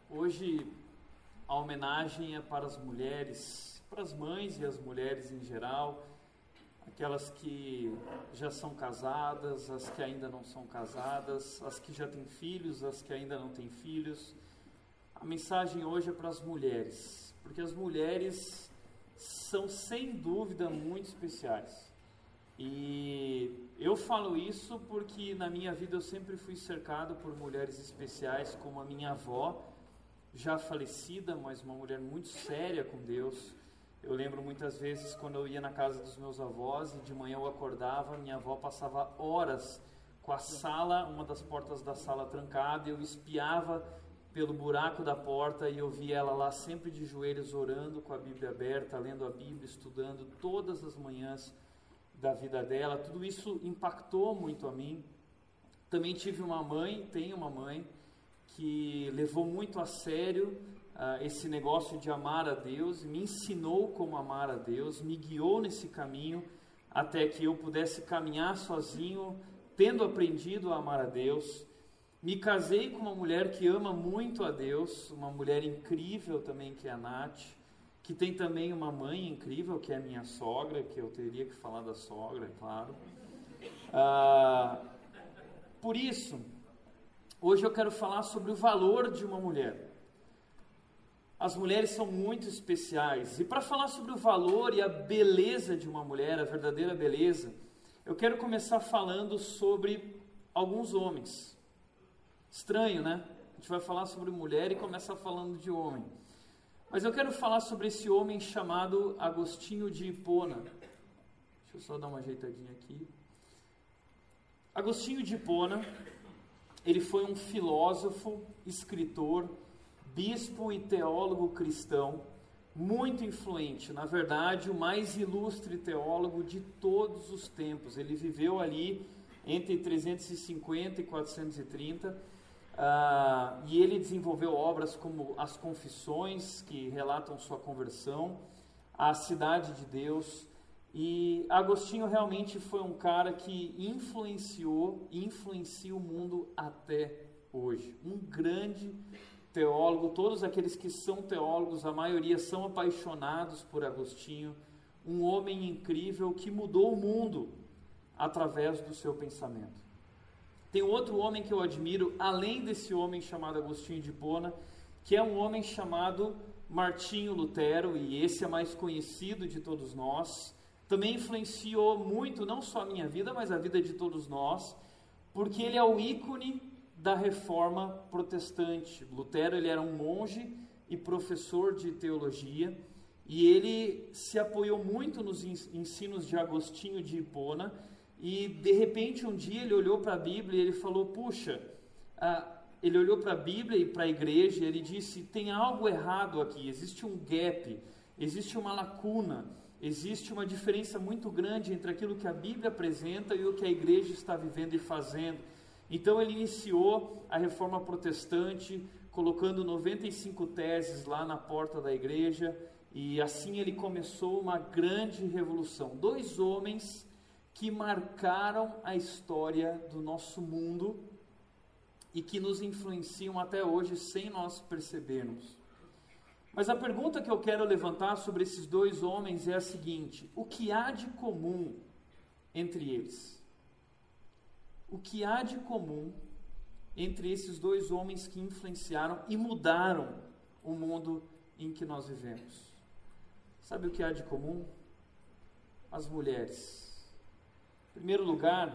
Hoje a homenagem é para as mulheres, para as mães e as mulheres em geral, aquelas que já são casadas, as que ainda não são casadas, as que já têm filhos, as que ainda não têm filhos. A mensagem hoje é para as mulheres, porque as mulheres são sem dúvida muito especiais. E eu falo isso porque na minha vida eu sempre fui cercado por mulheres especiais, como a minha avó, já falecida, mas uma mulher muito séria com Deus. Eu lembro muitas vezes quando eu ia na casa dos meus avós e de manhã eu acordava, minha avó passava horas com a sala, uma das portas da sala trancada, e eu espiava pelo buraco da porta e eu via ela lá sempre de joelhos orando, com a Bíblia aberta, lendo a Bíblia, estudando todas as manhãs da vida dela. Tudo isso impactou muito a mim. Também tive uma mãe, tenho uma mãe, que levou muito a sério esse negócio de amar a Deus, me ensinou como amar a Deus, me guiou nesse caminho até que eu pudesse caminhar sozinho, tendo aprendido a amar a Deus. Me casei com uma mulher que ama muito a Deus, uma mulher incrível também, que é a Nath, que tem também uma mãe incrível, que é a minha sogra, que eu teria que falar da sogra, é claro. Por isso, hoje eu quero falar sobre o valor de uma mulher. As mulheres são muito especiais, e para falar sobre o valor e a beleza de uma mulher, a verdadeira beleza, eu quero começar falando sobre alguns homens. Estranho, né? A gente vai falar sobre mulher e começa falando de homem. Mas eu quero falar sobre esse homem chamado Agostinho de Hipona. Deixa eu só dar uma ajeitadinha aqui. Agostinho de Hipona, ele foi um filósofo, escritor, bispo e teólogo cristão, muito influente, na verdade, o mais ilustre teólogo de todos os tempos. Ele viveu ali entre 350 e 430, e ele desenvolveu obras como As Confissões, que relatam sua conversão, A Cidade de Deus. E Agostinho realmente foi um cara que influenciou e influencia o mundo até hoje. Um grande teólogo. Todos aqueles que são teólogos, a maioria são apaixonados por Agostinho. Um homem incrível que mudou o mundo através do seu pensamento. Tem outro homem que eu admiro, além desse homem chamado Agostinho de Hipona, que é um homem chamado Martinho Lutero, e esse é mais conhecido de todos nós. Também influenciou muito, não só a minha vida, mas a vida de todos nós, porque ele é o ícone da reforma protestante. Lutero, ele era um monge e professor de teologia, e ele se apoiou muito nos ensinos de Agostinho de Hipona, e de repente um dia ele olhou para a Bíblia e ele falou, puxa, ele olhou para a Bíblia e para a igreja e ele disse, tem algo errado aqui, existe um gap, existe uma lacuna, existe uma diferença muito grande entre aquilo que a Bíblia apresenta e o que a igreja está vivendo e fazendo. Então ele iniciou a reforma protestante, colocando 95 teses lá na porta da igreja, e assim ele começou uma grande revolução. Dois homens que marcaram a história do nosso mundo e que nos influenciam até hoje sem nós percebermos. Mas a pergunta que eu quero levantar sobre esses dois homens é a seguinte: o que há de comum entre eles? O que há de comum entre esses dois homens que influenciaram e mudaram o mundo em que nós vivemos? Sabe o que há de comum? As mulheres. Em primeiro lugar,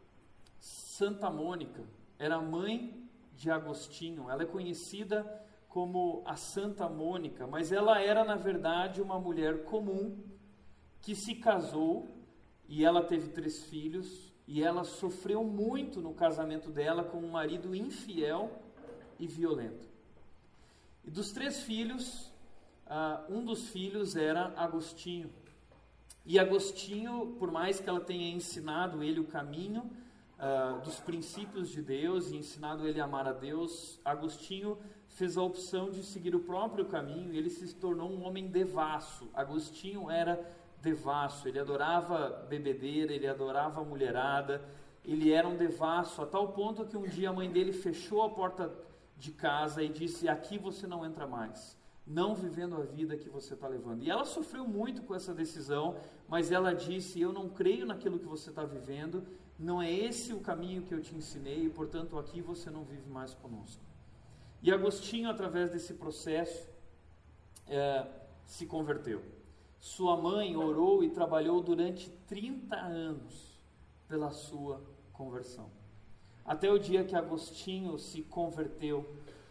Santa Mônica era a mãe de Agostinho. Ela é conhecida como a Santa Mônica, mas ela era, na verdade, uma mulher comum que se casou e ela teve 3 filhos, e ela sofreu muito no casamento dela com um marido infiel e violento. E dos 3 filhos, um dos filhos era Agostinho. E Agostinho, por mais que ela tenha ensinado ele o caminho dos princípios de Deus e ensinado ele a amar a Deus, Agostinho fez a opção de seguir o próprio caminho e ele se tornou um homem devasso. Agostinho era devasso, ele adorava bebedeira, ele adorava a mulherada, ele era um devasso, a tal ponto que um dia a mãe dele fechou a porta de casa e disse: aqui você não entra mais, não vivendo a vida que você está levando. E ela sofreu muito com essa decisão, mas ela disse: eu não creio naquilo que você está vivendo, não é esse o caminho que eu te ensinei, e portanto aqui você não vive mais conosco. E Agostinho, através desse processo, se converteu. Sua mãe orou e trabalhou durante 30 anos pela sua conversão. Até o dia que Agostinho se converteu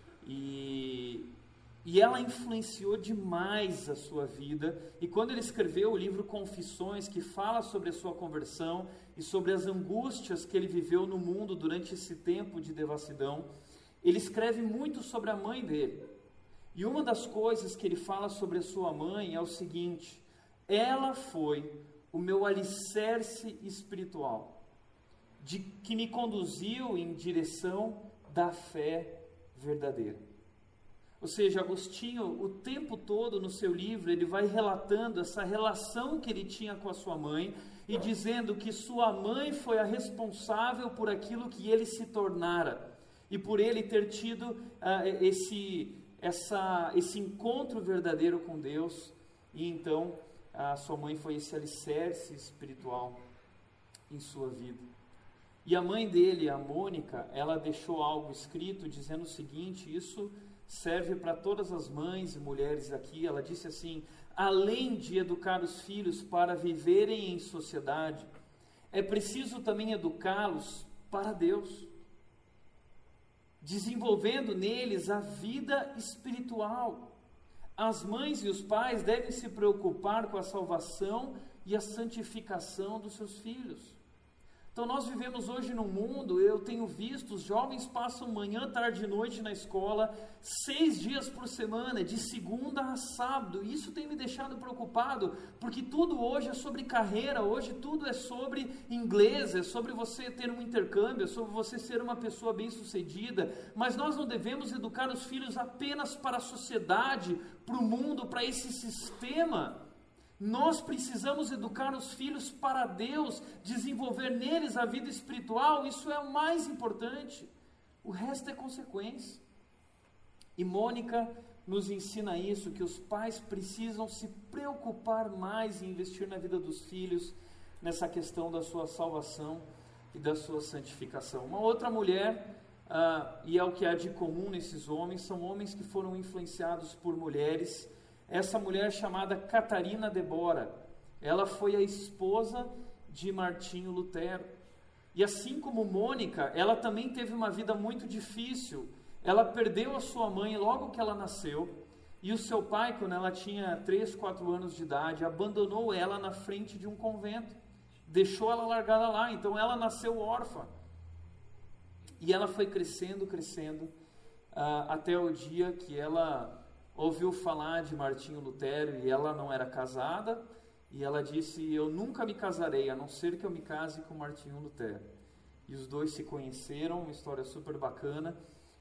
e ela influenciou demais a sua vida. E quando ele escreveu o livro Confissões, que fala sobre a sua conversão e sobre as angústias que ele viveu no mundo durante esse tempo de devassidão, ele escreve muito sobre a mãe dele. E uma das coisas que ele fala sobre a sua mãe é o seguinte: ela foi o meu alicerce espiritual, que me conduziu em direção da fé verdadeira. Ou seja, Agostinho, o tempo todo no seu livro, ele vai relatando essa relação que ele tinha com a sua mãe e dizendo que sua mãe foi a responsável por aquilo que ele se tornara e por ele ter tido esse encontro verdadeiro com Deus. E então a sua mãe foi esse alicerce espiritual em sua vida. E a mãe dele, a Mônica, ela deixou algo escrito dizendo o seguinte: isso serve para todas as mães e mulheres aqui. Ela disse assim: além de educar os filhos para viverem em sociedade, é preciso também educá-los para Deus, desenvolvendo neles a vida espiritual. As mães e os pais devem se preocupar com a salvação e a santificação dos seus filhos. Então nós vivemos hoje num mundo, eu tenho visto, os jovens passam manhã, tarde e noite na escola, 6 dias por semana, de segunda a sábado. E isso tem me deixado preocupado, porque tudo hoje é sobre carreira, hoje tudo é sobre inglês, é sobre você ter um intercâmbio, é sobre você ser uma pessoa bem-sucedida. Mas nós não devemos educar os filhos apenas para a sociedade, para o mundo, para esse sistema. Nós precisamos educar os filhos para Deus, desenvolver neles a vida espiritual. Isso é o mais importante, o resto é consequência. E Mônica nos ensina isso, que os pais precisam se preocupar mais em investir na vida dos filhos, nessa questão da sua salvação e da sua santificação. Uma outra mulher, e é o que há de comum nesses homens, são homens que foram influenciados por mulheres. Essa mulher chamada Catarina de Bora, ela foi a esposa de Martinho Lutero. E assim como Mônica, ela também teve uma vida muito difícil. Ela perdeu a sua mãe logo que ela nasceu, e o seu pai, quando ela tinha 3, 4 anos de idade, abandonou ela na frente de um convento, deixou ela largada lá. Então ela nasceu órfã, e ela foi crescendo, até o dia que ela ouviu falar de Martinho Lutero, e ela não era casada, e ela disse: eu nunca me casarei, a não ser que eu me case com Martinho Lutero. E os dois se conheceram, uma história super bacana,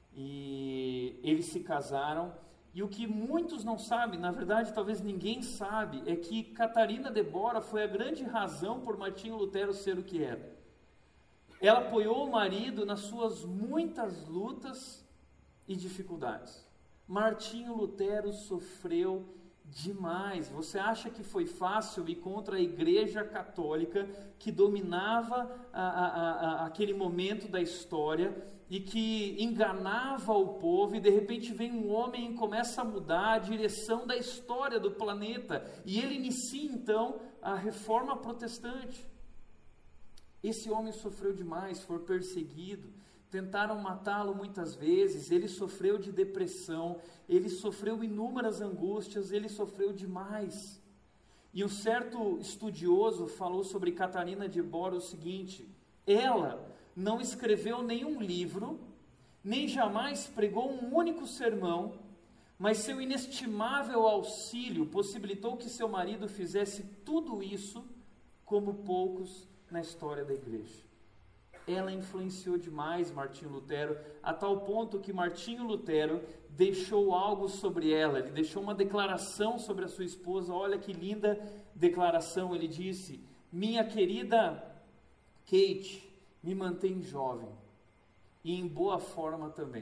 e eles se casaram. E o que muitos não sabem, na verdade talvez ninguém sabe, é que Catarina de Bora foi a grande razão por Martinho Lutero ser o que era. Ela apoiou o marido nas suas muitas lutas e dificuldades. Martinho Lutero sofreu demais. Você acha que foi fácil ir contra a Igreja Católica, que dominava aquele momento da história e que enganava o povo, e de repente vem um homem e começa a mudar a direção da história do planeta, e ele inicia então a Reforma Protestante. Esse homem sofreu demais, foi perseguido, tentaram matá-lo muitas vezes, ele sofreu de depressão, ele sofreu inúmeras angústias, ele sofreu demais. E um certo estudioso falou sobre Catarina de Bora o seguinte: ela não escreveu nenhum livro, nem jamais pregou um único sermão, mas seu inestimável auxílio possibilitou que seu marido fizesse tudo isso como poucos na história da igreja. Ela influenciou demais Martinho Lutero, a tal ponto que Martinho Lutero deixou algo sobre ela. Ele deixou uma declaração sobre a sua esposa. Olha que linda declaração. Ele disse: minha querida Kate me mantém jovem e em boa forma também.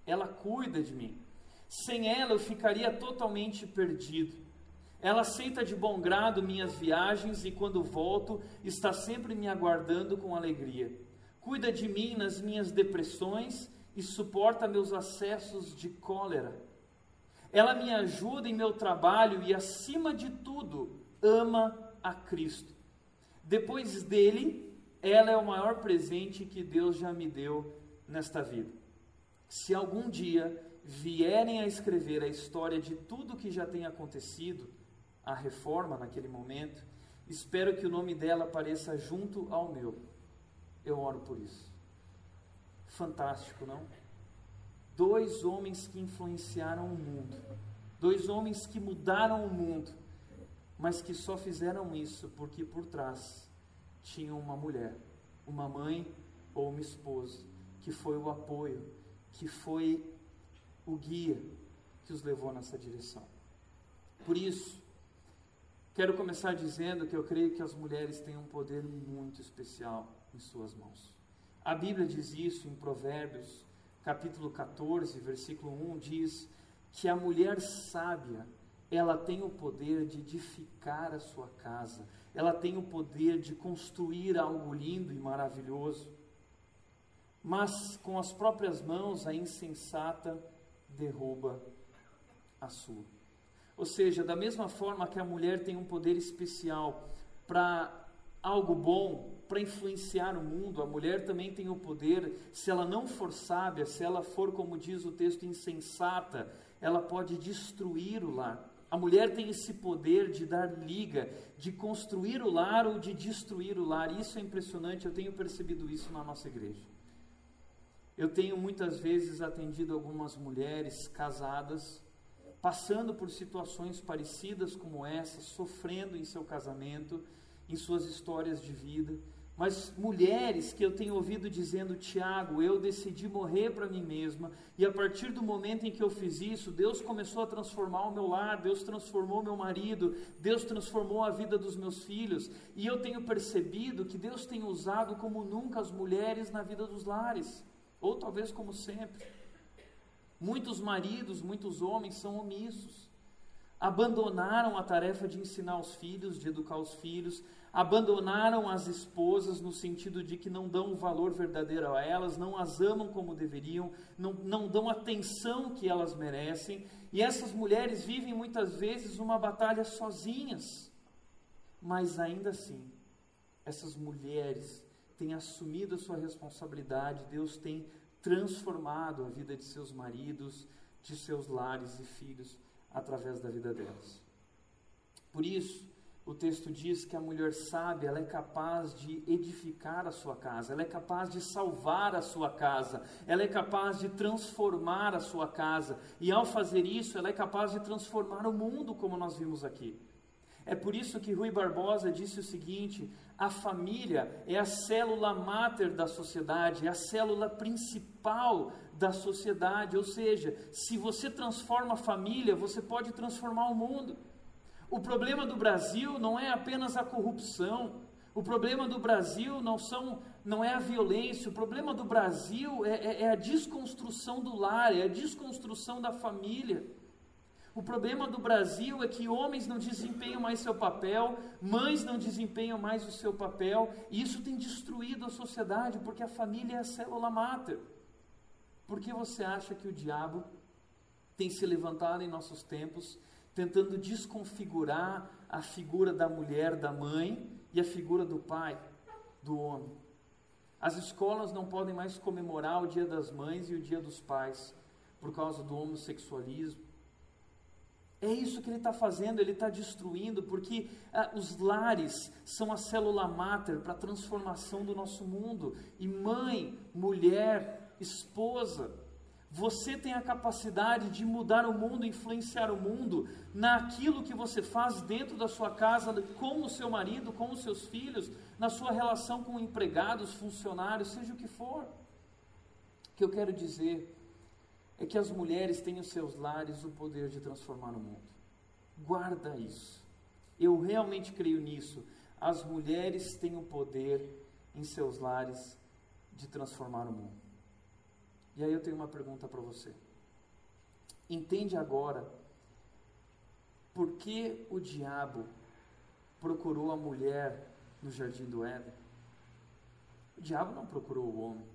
ela cuida de mim. Sem ela eu ficaria totalmente perdido. Ela aceita de bom grado minhas viagens e quando volto está sempre me aguardando com alegria. Cuida de mim nas minhas depressões e suporta meus acessos de cólera. Ela me ajuda em meu trabalho e, acima de tudo, ama a Cristo. Depois dele, ela é o maior presente que Deus já me deu nesta vida. Se algum dia vierem a escrever a história de tudo que já tem acontecido, a reforma naquele momento, espero que o nome dela apareça junto ao meu. Eu oro por isso. Fantástico, não? 2 homens que influenciaram o mundo, 2 homens que mudaram o mundo, mas que só fizeram isso porque por trás tinham uma mulher, uma mãe ou uma esposa, que foi o apoio, que foi o guia que os levou nessa direção. Por isso, quero começar dizendo que eu creio que as mulheres têm um poder muito especial em suas mãos. A Bíblia diz isso em Provérbios, capítulo 14, versículo 1, diz que a mulher sábia, ela tem o poder de edificar a sua casa, ela tem o poder de construir algo lindo e maravilhoso, mas com as próprias mãos a insensata derruba a sua. Ou seja, da mesma forma que a mulher tem um poder especial para algo bom, para influenciar o mundo, a mulher também tem o poder, se ela não for sábia, se ela for, como diz o texto, insensata, ela pode destruir o lar. A mulher tem esse poder de dar liga, de construir o lar ou de destruir o lar. Isso é impressionante, eu tenho percebido isso na nossa igreja. Eu tenho muitas vezes atendido algumas mulheres casadas, passando por situações parecidas como essa, sofrendo em seu casamento, em suas histórias de vida, mas mulheres que eu tenho ouvido dizendo: Tiago, eu decidi morrer para mim mesma, e a partir do momento em que eu fiz isso, Deus começou a transformar o meu lar, Deus transformou meu marido, Deus transformou a vida dos meus filhos, e eu tenho percebido que Deus tem usado como nunca as mulheres na vida dos lares, ou talvez como sempre. Muitos maridos, muitos homens são omissos, abandonaram a tarefa de ensinar os filhos, de educar os filhos, abandonaram as esposas no sentido de que não dão o valor verdadeiro a elas, não as amam como deveriam, não dão a atenção que elas merecem, e essas mulheres vivem muitas vezes uma batalha sozinhas, mas ainda assim, essas mulheres têm assumido a sua responsabilidade, Deus tem transformado a vida de seus maridos, de seus lares e filhos, através da vida delas. Por isso, o texto diz que a mulher sábia, ela é capaz de edificar a sua casa, ela é capaz de salvar a sua casa, ela é capaz de transformar a sua casa, e ao fazer isso, ela é capaz de transformar o mundo, como nós vimos aqui. É por isso que Rui Barbosa disse o seguinte: a família é a célula máter da sociedade, é a célula principal da sociedade, ou seja, se você transforma a família, você pode transformar o mundo. O problema do Brasil não é apenas a corrupção, o problema do Brasil não é a violência, o problema do Brasil é a desconstrução do lar, é a desconstrução da família. O problema do Brasil é que homens não desempenham mais seu papel, mães não desempenham mais o seu papel, e isso tem destruído a sociedade, porque a família é a célula máter. Por que você acha que o diabo tem se levantado em nossos tempos, tentando desconfigurar a figura da mulher, da mãe, e a figura do pai, do homem? As escolas não podem mais comemorar o Dia das Mães e o Dia dos Pais, por causa do homossexualismo. É isso que ele está fazendo, ele está destruindo, porque os lares são a célula máter para a transformação do nosso mundo. E mãe, mulher, esposa, você tem a capacidade de mudar o mundo, influenciar o mundo naquilo que você faz dentro da sua casa, com o seu marido, com os seus filhos, na sua relação com empregados, funcionários, seja o que for. O que eu quero dizer é que as mulheres têm os seus lares o poder de transformar o mundo. Guarda isso. Eu realmente creio nisso. As mulheres têm o poder em seus lares de transformar o mundo. E aí eu tenho uma pergunta para você. Entende agora por que o diabo procurou a mulher no jardim do Éden? O diabo não procurou o homem.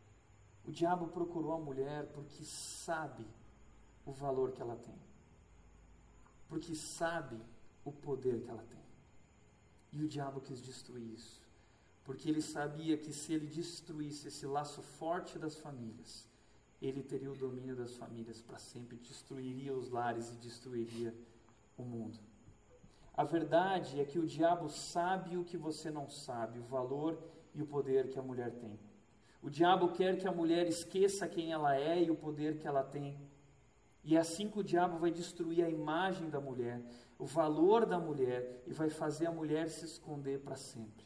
O diabo procurou a mulher porque sabe o valor que ela tem. Porque sabe o poder que ela tem. E o diabo quis destruir isso. Porque ele sabia que se ele destruísse esse laço forte das famílias, ele teria o domínio das famílias para sempre, destruiria os lares e destruiria o mundo. A verdade é que o diabo sabe o que você não sabe, o valor e o poder que a mulher tem. O diabo quer que a mulher esqueça quem ela é e o poder que ela tem. E é assim que o diabo vai destruir a imagem da mulher, o valor da mulher, e vai fazer a mulher se esconder para sempre.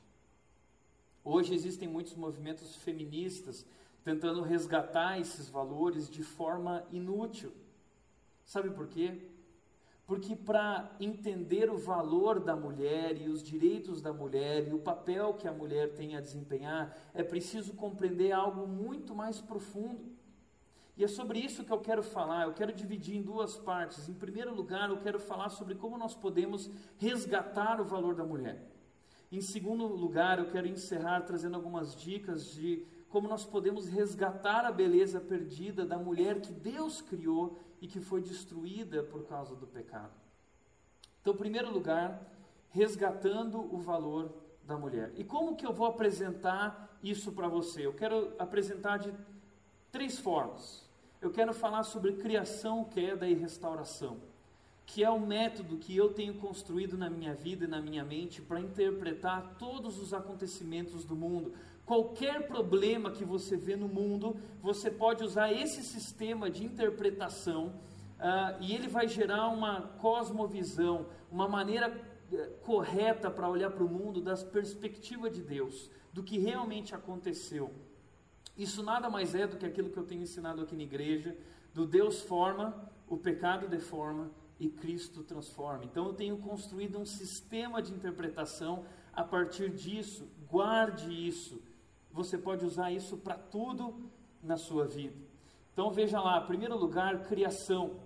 Hoje existem muitos movimentos feministas tentando resgatar esses valores de forma inútil. Sabe por quê? Porque para entender o valor da mulher e os direitos da mulher e o papel que a mulher tem a desempenhar, é preciso compreender algo muito mais profundo. E é sobre isso que eu quero falar. Eu quero dividir em duas partes. Em primeiro lugar, eu quero falar sobre como nós podemos resgatar o valor da mulher. Em segundo lugar, eu quero encerrar trazendo algumas dicas de como nós podemos resgatar a beleza perdida da mulher que Deus criou e que foi destruída por causa do pecado. Então, em primeiro lugar, resgatando o valor da mulher. E como que eu vou apresentar isso para você? Eu quero apresentar de 3 formas. Eu quero falar sobre criação, queda e restauração, que é o método que eu tenho construído na minha vida e na minha mente para interpretar todos os acontecimentos do mundo. Qualquer problema que você vê no mundo, você pode usar esse sistema de interpretação e ele vai gerar uma cosmovisão, uma maneira correta para olhar para o mundo da perspectiva de Deus, do que realmente aconteceu. Isso nada mais é do que aquilo que eu tenho ensinado aqui na igreja, do Deus forma, o pecado deforma e Cristo transforma. Então eu tenho construído um sistema de interpretação a partir disso. Guarde isso. Você pode usar isso para tudo na sua vida. Então veja lá, em primeiro lugar, criação.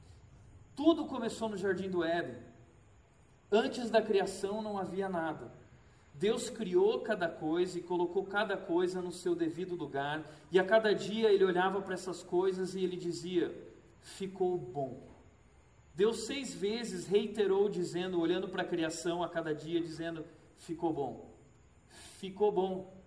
Tudo começou no jardim do Éden. Antes da criação não havia nada. Deus criou cada coisa e colocou cada coisa no seu devido lugar. E a cada dia ele olhava para essas coisas e ele dizia, ficou bom. Deus 6 vezes reiterou dizendo, olhando para a criação a cada dia, dizendo, ficou bom. Ficou bom.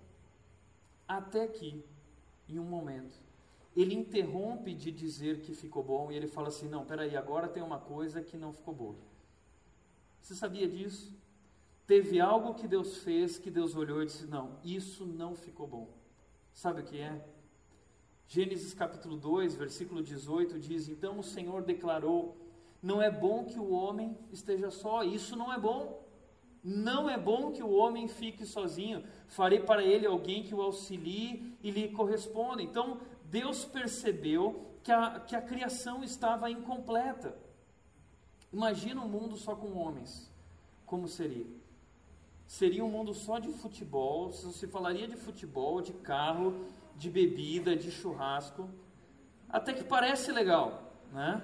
Até que, em um momento, ele interrompe de dizer que ficou bom e ele fala assim, não, peraí, agora tem uma coisa que não ficou boa. Você sabia disso? Teve algo que Deus fez, que Deus olhou e disse, não, isso não ficou bom. Sabe o que é? Gênesis capítulo 2, versículo 18 diz, então o Senhor declarou, não é bom que o homem esteja só, isso não é bom. Não é bom que o homem fique sozinho, farei para ele alguém que o auxilie e lhe corresponda. Então, Deus percebeu que a criação estava incompleta. Imagina um mundo só com homens, como seria? Seria um mundo só de futebol, se falaria de futebol, de carro, de bebida, de churrasco, até que parece legal, né?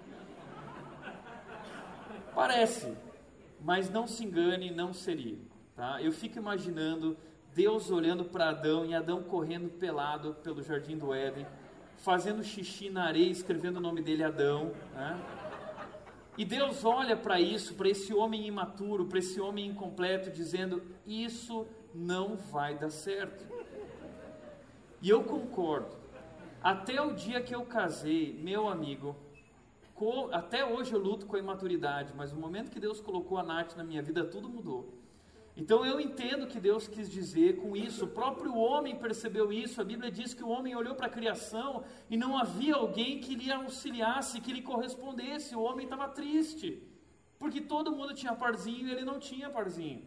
Parece. Mas não se engane, não seria. Tá? Eu fico imaginando Deus olhando para Adão e Adão correndo pelado pelo jardim do Éden, fazendo xixi na areia, escrevendo o nome dele Adão. Né? E Deus olha para isso, para esse homem imaturo, para esse homem incompleto, dizendo, isso não vai dar certo. E eu concordo. Até o dia que eu casei, meu amigo, até hoje eu luto com a imaturidade, mas no momento que Deus colocou a Nath na minha vida, tudo mudou. Então eu entendo o que Deus quis dizer com isso. O próprio homem percebeu isso. A Bíblia diz que o homem olhou para a criação e não havia alguém que lhe auxiliasse, que lhe correspondesse. O homem estava triste, porque todo mundo tinha parzinho e ele não tinha parzinho.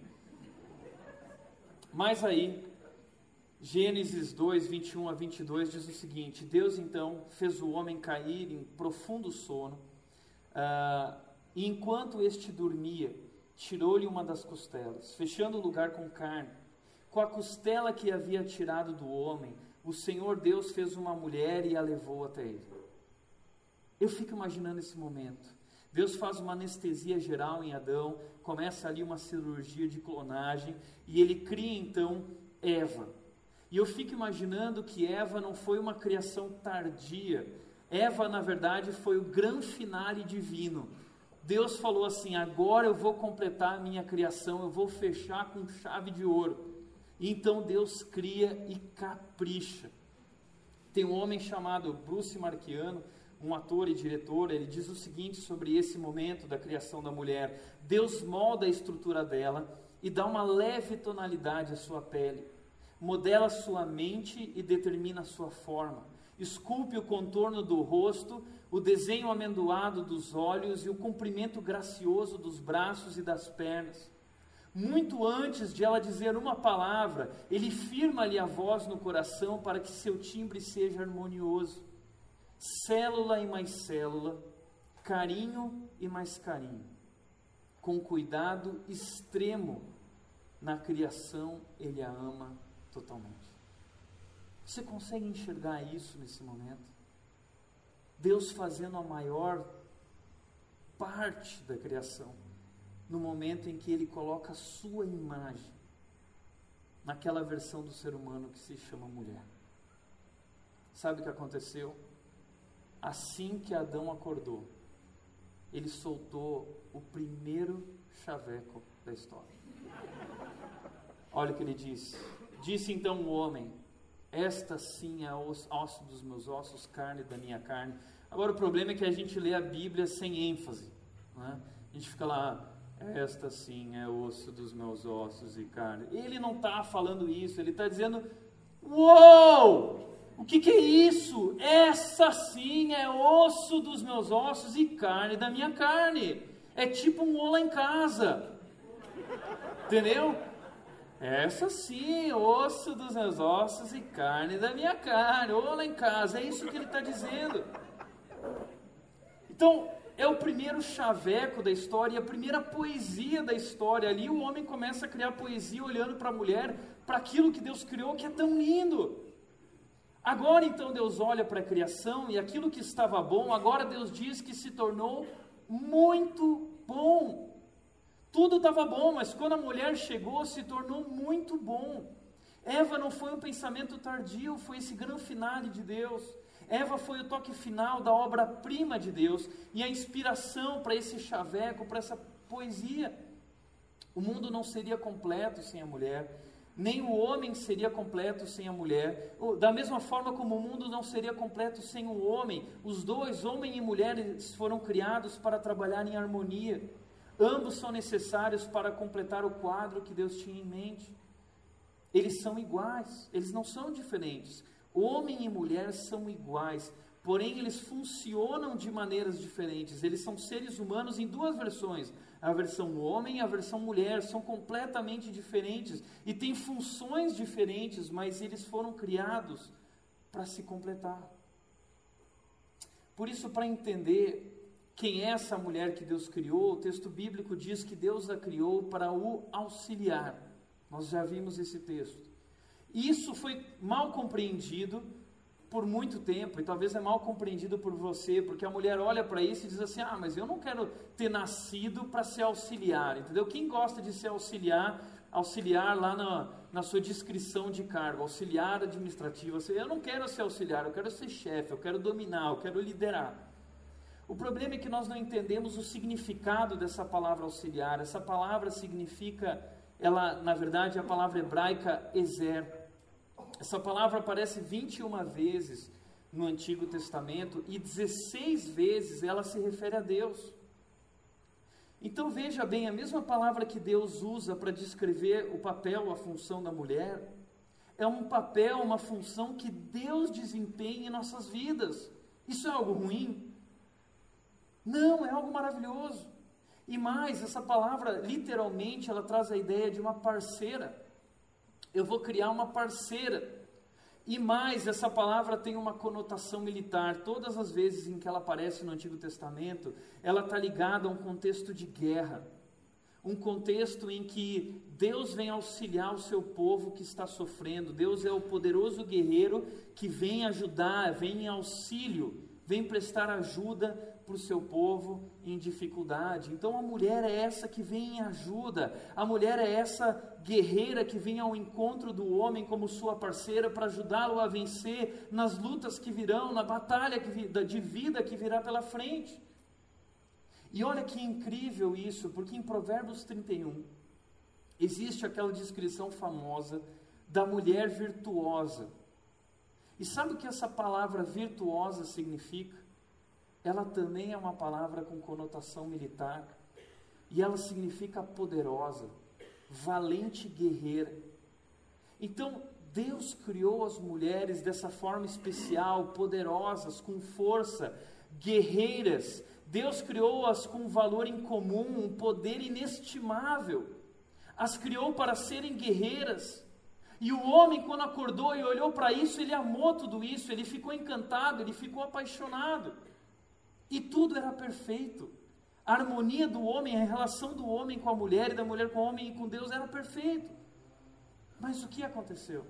Mas aí, Gênesis 2, 21 a 22 diz o seguinte, Deus então fez o homem cair em profundo sono, e enquanto este dormia, tirou-lhe uma das costelas, fechando o lugar com carne. Com a costela que havia tirado do homem, o Senhor Deus fez uma mulher e a levou até ele. Eu fico imaginando esse momento. Deus faz uma anestesia geral em Adão, começa ali uma cirurgia de clonagem, e ele cria então Eva. E eu fico imaginando que Eva não foi uma criação tardia. Eva, na verdade, foi o grande finale divino. Deus falou assim: agora eu vou completar a minha criação, eu vou fechar com chave de ouro. E então Deus cria e capricha. Tem um homem chamado Bruce Marchiano, um ator e diretor, ele diz o seguinte sobre esse momento da criação da mulher: Deus molda a estrutura dela e dá uma leve tonalidade à sua pele, modela sua mente e determina a sua forma, esculpe o contorno do rosto, o desenho amendoado dos olhos e o comprimento gracioso dos braços e das pernas. Muito antes de ela dizer uma palavra, ele firma-lhe a voz no coração para que seu timbre seja harmonioso. Célula e mais célula, carinho e mais carinho, com cuidado extremo na criação, ele a ama totalmente. Você consegue enxergar isso nesse momento? Deus fazendo a maior parte da criação, no momento em que ele coloca a sua imagem naquela versão do ser humano que se chama mulher. Sabe o que aconteceu? Assim que Adão acordou, ele soltou o primeiro chaveco da história. Olha o que ele disse. Disse então o homem: esta sim é osso dos meus ossos, carne da minha carne. Agora o problema é que a gente lê a Bíblia sem ênfase, né? A gente fica lá: esta sim é osso dos meus ossos e carne. Ele não está falando isso, ele está dizendo: uou! O que é isso? Essa sim é osso dos meus ossos e carne da minha carne. É tipo um ô lá em casa. Entendeu? Essa sim, osso dos meus ossos e carne da minha carne. Ô lá em casa. É isso que ele está dizendo. Então, é o primeiro chaveco da história, a primeira poesia da história. Ali o homem começa a criar poesia olhando para a mulher, para aquilo que Deus criou, que é tão lindo. Agora então Deus olha para a criação e aquilo que estava bom, agora Deus diz que se tornou muito bom. Tudo estava bom, mas quando a mulher chegou, se tornou muito bom. Eva não foi um pensamento tardio, foi esse grande finale de Deus. Eva foi o toque final da obra-prima de Deus e a inspiração para esse chaveco, para essa poesia. O mundo não seria completo sem a mulher. Nem o homem seria completo sem a mulher. Da mesma forma como o mundo não seria completo sem o homem, os dois, homem e mulher, foram criados para trabalhar em harmonia. Ambos são necessários para completar o quadro que Deus tinha em mente. Eles são iguais, eles não são diferentes. Homem e mulher são iguais, porém eles funcionam de maneiras diferentes. Eles são seres humanos em duas versões. A versão homem e a versão mulher são completamente diferentes e têm funções diferentes, mas eles foram criados para se completar. Por isso, para entender quem é essa mulher que Deus criou, o texto bíblico diz que Deus a criou para o auxiliar. Nós já vimos esse texto. Isso foi mal compreendido por muito tempo, e talvez é mal compreendido por você, porque a mulher olha para isso e diz assim: ah, mas eu não quero ter nascido para ser auxiliar, entendeu? Quem gosta de ser auxiliar lá na sua descrição de cargo, auxiliar administrativo, eu não quero ser auxiliar, eu quero ser chefe, eu quero dominar, eu quero liderar. O problema é que nós não entendemos o significado dessa palavra auxiliar. Essa palavra significa, na verdade, a palavra hebraica ezer. Essa palavra aparece 21 vezes no Antigo Testamento e 16 vezes ela se refere a Deus. Então veja bem, a mesma palavra que Deus usa para descrever o papel, a função da mulher, é um papel, uma função que Deus desempenha em nossas vidas. Isso é algo ruim? Não, é algo maravilhoso. E mais, essa palavra, literalmente, ela traz a ideia de uma parceira. Eu vou criar uma parceira. E mais, essa palavra tem uma conotação militar. Todas as vezes em que ela aparece no Antigo Testamento, ela está ligada a um contexto de guerra. um contexto em que Deus vem auxiliar o seu povo que está sofrendo. Deus é o poderoso guerreiro que vem ajudar, vem em auxílio, vem prestar ajuda para o seu povo em dificuldade. Então a mulher é essa que vem em ajuda, a mulher é essa guerreira que vem ao encontro do homem como sua parceira para ajudá-lo a vencer nas lutas que virão, na batalha de vida que virá pela frente. E olha que incrível isso, porque em Provérbios 31 existe aquela descrição famosa da mulher virtuosa. E sabe o que essa palavra virtuosa significa? Ela também é uma palavra com conotação militar, e ela significa poderosa, valente guerreira. Então, Deus criou as mulheres dessa forma especial, poderosas, com força, guerreiras. Deus criou-as com um valor incomum, um poder inestimável. As criou para serem guerreiras. E o homem, quando acordou e olhou para isso, ele amou tudo isso, ele ficou encantado, ele ficou apaixonado. E tudo era perfeito. A harmonia do homem, a relação do homem com a mulher e da mulher com o homem e com Deus era perfeito. Mas o que aconteceu?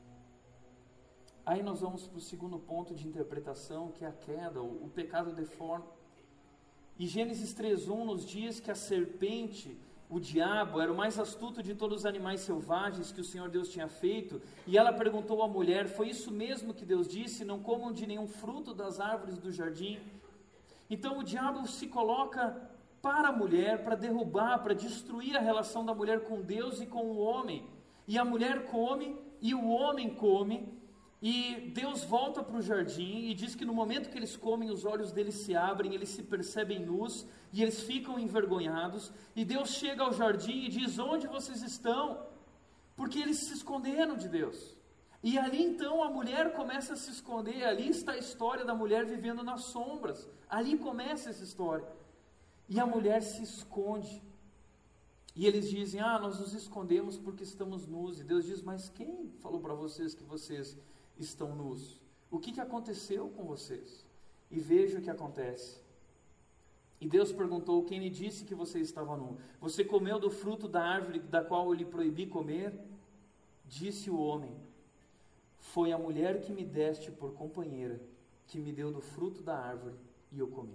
Aí nós vamos para o segundo ponto de interpretação, que é a queda, o pecado deforme. E Gênesis 3:1 nos diz que a serpente, o diabo, era o mais astuto de todos os animais selvagens que o Senhor Deus tinha feito. E ela perguntou à mulher: foi isso mesmo que Deus disse? Não comam de nenhum fruto das árvores do jardim? Então o diabo se coloca para a mulher, para derrubar, para destruir a relação da mulher com Deus e com o homem. E a mulher come, e o homem come, e Deus volta para o jardim, e diz que no momento que eles comem, os olhos deles se abrem, eles se percebem nus, e eles ficam envergonhados, e Deus chega ao jardim e diz: onde vocês estão? Porque eles se esconderam de Deus. E ali então a mulher começa a se esconder. Ali está a história da mulher vivendo nas sombras. Ali começa essa história. E a mulher se esconde. E eles dizem: nós nos escondemos porque estamos nus. E Deus diz: mas quem falou para vocês que vocês estão nus? O que aconteceu com vocês? E veja o que acontece. E Deus perguntou: quem lhe disse que você estava nu? Você comeu do fruto da árvore da qual eu lhe proibi comer? Disse o homem: foi a mulher que me deste por companheira, que me deu do fruto da árvore e eu comi.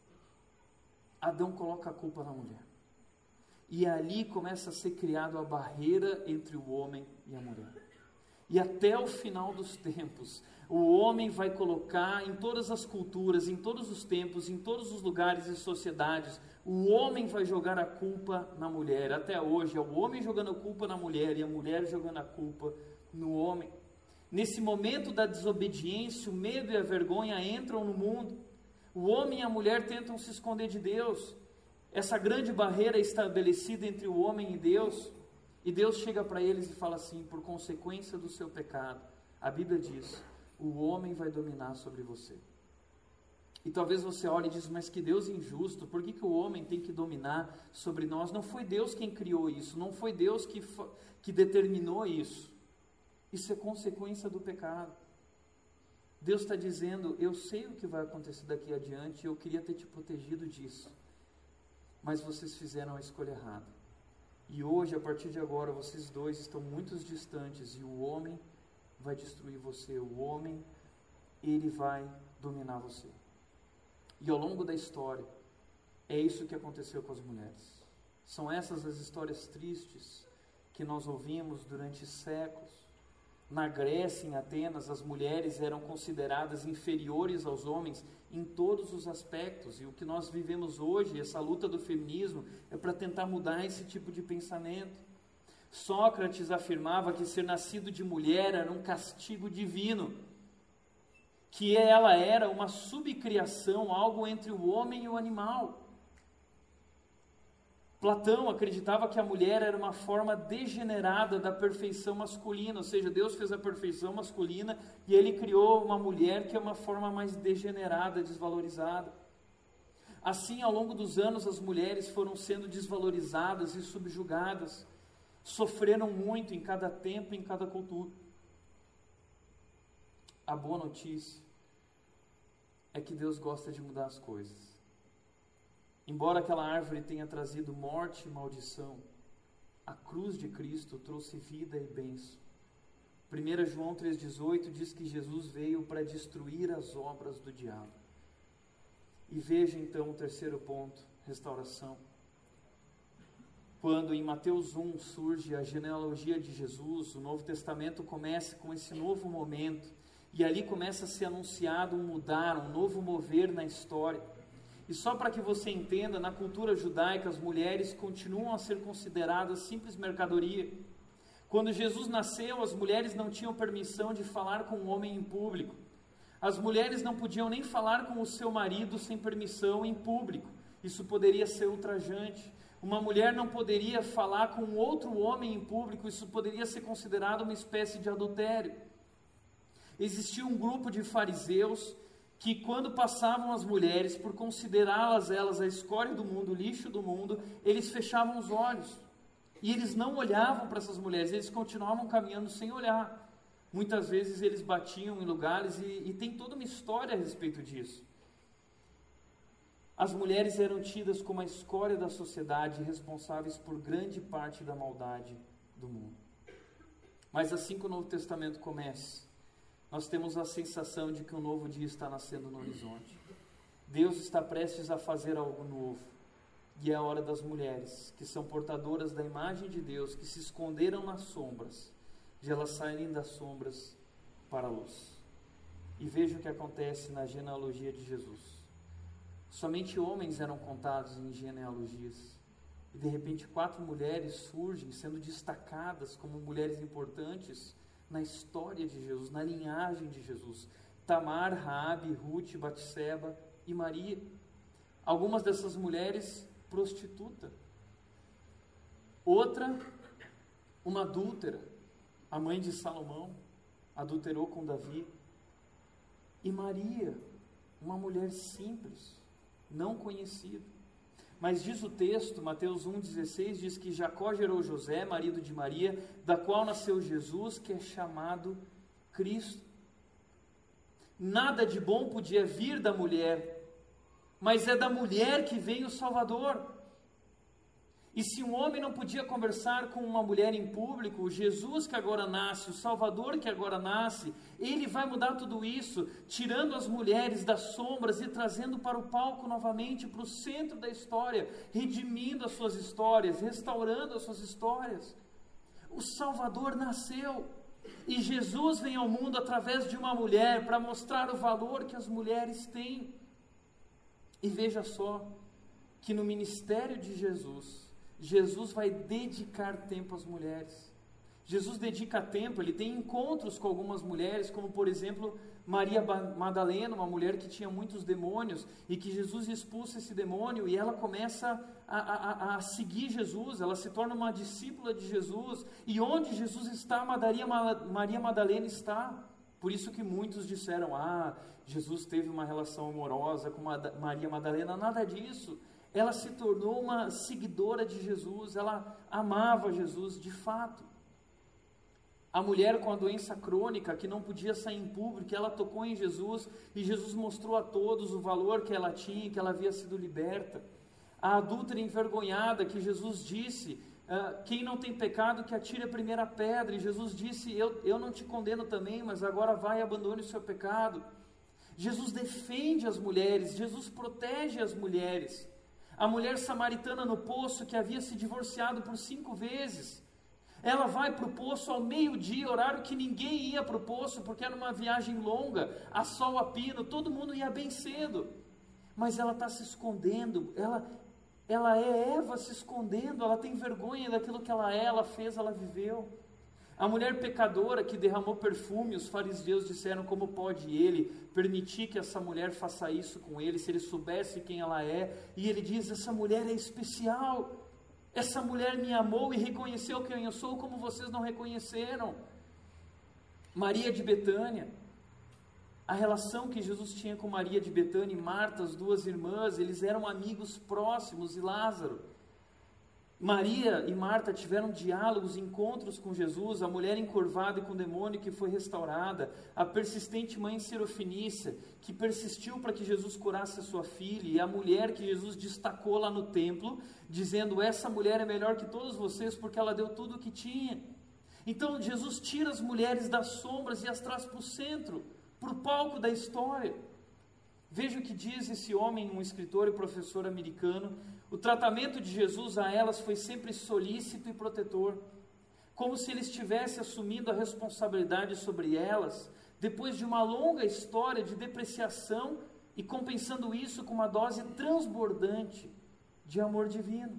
Adão coloca a culpa na mulher. E ali começa a ser criada a barreira entre o homem e a mulher. E até o final dos tempos, o homem vai colocar em todas as culturas, em todos os tempos, em todos os lugares e sociedades, o homem vai jogar a culpa na mulher. Até hoje é o homem jogando a culpa na mulher e a mulher jogando a culpa no homem. Nesse momento da desobediência, o medo e a vergonha entram no mundo. O homem e a mulher tentam se esconder de Deus. Essa grande barreira é estabelecida entre o homem e Deus. E Deus chega para eles e fala assim: por consequência do seu pecado, a Bíblia diz, o homem vai dominar sobre você. E talvez você olhe e diz: mas que Deus injusto, por que o homem tem que dominar sobre nós? Não foi Deus quem criou isso, não foi Deus que determinou isso. Isso é consequência do pecado. Deus está dizendo: eu sei o que vai acontecer daqui adiante, e eu queria ter te protegido disso. Mas vocês fizeram a escolha errada. E hoje, a partir de agora, vocês dois estão muito distantes, e o homem vai destruir você. O homem, ele vai dominar você. E ao longo da história, é isso que aconteceu com as mulheres. São essas as histórias tristes que nós ouvimos durante séculos. Na Grécia, em Atenas, as mulheres eram consideradas inferiores aos homens em todos os aspectos. E o que nós vivemos hoje, essa luta do feminismo, é para tentar mudar esse tipo de pensamento. Sócrates afirmava que ser nascido de mulher era um castigo divino, que ela era uma subcriação, algo entre o homem e o animal. Platão acreditava que a mulher era uma forma degenerada da perfeição masculina, ou seja, Deus fez a perfeição masculina e Ele criou uma mulher que é uma forma mais degenerada, desvalorizada. Assim, ao longo dos anos, as mulheres foram sendo desvalorizadas e subjugadas, sofreram muito em cada tempo, em cada cultura. A boa notícia é que Deus gosta de mudar as coisas. Em embora aquela árvore tenha trazido morte e maldição, a cruz de Cristo trouxe vida e bênção. 1 João 3,18 diz que Jesus veio para destruir as obras do diabo. E veja então o terceiro ponto, restauração. Quando em Mateus 1 surge a genealogia de Jesus, o Novo Testamento começa com esse novo momento, e ali começa a ser anunciado um mudar, um novo mover na história. E só para que você entenda, na cultura judaica as mulheres continuam a ser consideradas simples mercadoria. Quando Jesus nasceu, as mulheres não tinham permissão de falar com um homem em público. As mulheres não podiam nem falar com o seu marido sem permissão em público. Isso poderia ser ultrajante. Uma mulher não poderia falar com outro homem em público. Isso poderia ser considerado uma espécie de adultério. Existia um grupo de fariseus que, quando passavam as mulheres, por considerá-las elas a escória do mundo, o lixo do mundo, eles fechavam os olhos. E eles não olhavam para essas mulheres, eles continuavam caminhando sem olhar. Muitas vezes eles batiam em lugares e tem toda uma história a respeito disso. As mulheres eram tidas como a escória da sociedade, responsáveis por grande parte da maldade do mundo. Mas assim que o Novo Testamento começa, nós temos a sensação de que um novo dia está nascendo no horizonte. Deus está prestes a fazer algo novo. E é a hora das mulheres, que são portadoras da imagem de Deus, que se esconderam nas sombras, de elas saírem das sombras para a luz. E veja o que acontece na genealogia de Jesus. Somente homens eram contados em genealogias. E de repente 4 mulheres surgem, sendo destacadas como mulheres importantes na história de Jesus, na linhagem de Jesus. Tamar, Raabe, Ruth, Batseba e Maria. Algumas dessas mulheres prostituta. Outra, uma adúltera, a mãe de Salomão, adulterou com Davi. E Maria, uma mulher simples, não conhecida. Mas diz o texto, Mateus 1,16, diz que Jacó gerou José, marido de Maria, da qual nasceu Jesus, que é chamado Cristo. Nada de bom podia vir da mulher, mas é da mulher que vem o Salvador. E se um homem não podia conversar com uma mulher em público, o Jesus que agora nasce, o Salvador que agora nasce, ele vai mudar tudo isso, tirando as mulheres das sombras e trazendo para o palco novamente, para o centro da história, redimindo as suas histórias, restaurando as suas histórias. O Salvador nasceu, e Jesus vem ao mundo através de uma mulher, para mostrar o valor que as mulheres têm. E veja só, que no ministério de Jesus vai dedicar tempo às mulheres. Jesus dedica tempo, ele tem encontros com algumas mulheres, como por exemplo, Maria Madalena, uma mulher que tinha muitos demônios, e que Jesus expulsa esse demônio, e ela começa a seguir Jesus, ela se torna uma discípula de Jesus, e onde Jesus está, Maria Madalena está. Por isso que muitos disseram, Jesus teve uma relação amorosa com Maria Madalena. Nada disso. Ela se tornou uma seguidora de Jesus, ela amava Jesus de fato. A mulher com a doença crônica, que não podia sair em público, ela tocou em Jesus, e Jesus mostrou a todos o valor que ela tinha, que ela havia sido liberta. A adúltera envergonhada, que Jesus disse, quem não tem pecado que atire a primeira pedra, e Jesus disse, eu não te condeno também, mas agora vai e abandone o seu pecado. Jesus defende as mulheres, Jesus protege as mulheres. A mulher samaritana no poço, que havia se divorciado por 5 vezes, ela vai para o poço ao meio-dia, horário que ninguém ia para o poço, porque era uma viagem longa, a sol a pino, todo mundo ia bem cedo, mas ela está se escondendo, ela é Eva se escondendo, ela tem vergonha daquilo que ela fez, ela viveu. A mulher pecadora que derramou perfume, os fariseus disseram, como pode ele permitir que essa mulher faça isso com ele, se ele soubesse quem ela é? E ele diz, essa mulher é especial, essa mulher me amou e reconheceu quem eu sou, como vocês não reconheceram. Maria de Betânia, a relação que Jesus tinha com Maria de Betânia e Marta, as 2 irmãs, eles eram amigos próximos, e Lázaro. Maria e Marta tiveram diálogos, encontros com Jesus, a mulher encurvada e com demônio que foi restaurada, a persistente mãe sirofenícia que persistiu para que Jesus curasse a sua filha, e a mulher que Jesus destacou lá no templo, dizendo: essa mulher é melhor que todos vocês porque ela deu tudo o que tinha. Então Jesus tira as mulheres das sombras e as traz para o centro, para o palco da história. Veja o que diz esse homem, um escritor e professor americano: o tratamento de Jesus a elas foi sempre solícito e protetor, como se ele estivesse assumindo a responsabilidade sobre elas, depois de uma longa história de depreciação, e compensando isso com uma dose transbordante de amor divino.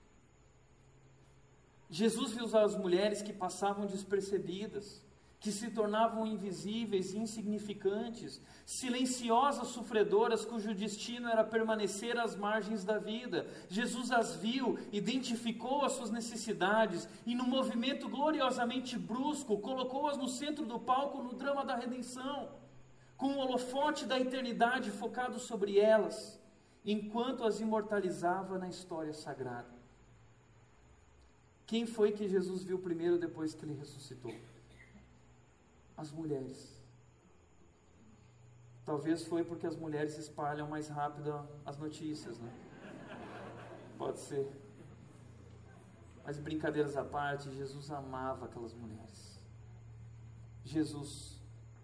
Jesus viu as mulheres que passavam despercebidas, que se tornavam invisíveis e insignificantes, silenciosas sofredoras cujo destino era permanecer às margens da vida. Jesus as viu, identificou as suas necessidades e, num movimento gloriosamente brusco, colocou-as no centro do palco no drama da redenção, com o holofote da eternidade focado sobre elas, enquanto as imortalizava na história sagrada. Quem foi que Jesus viu primeiro depois que ele ressuscitou? As mulheres. Talvez foi porque as mulheres espalham mais rápido as notícias, né? Pode ser. Mas brincadeiras à parte, Jesus amava aquelas mulheres. Jesus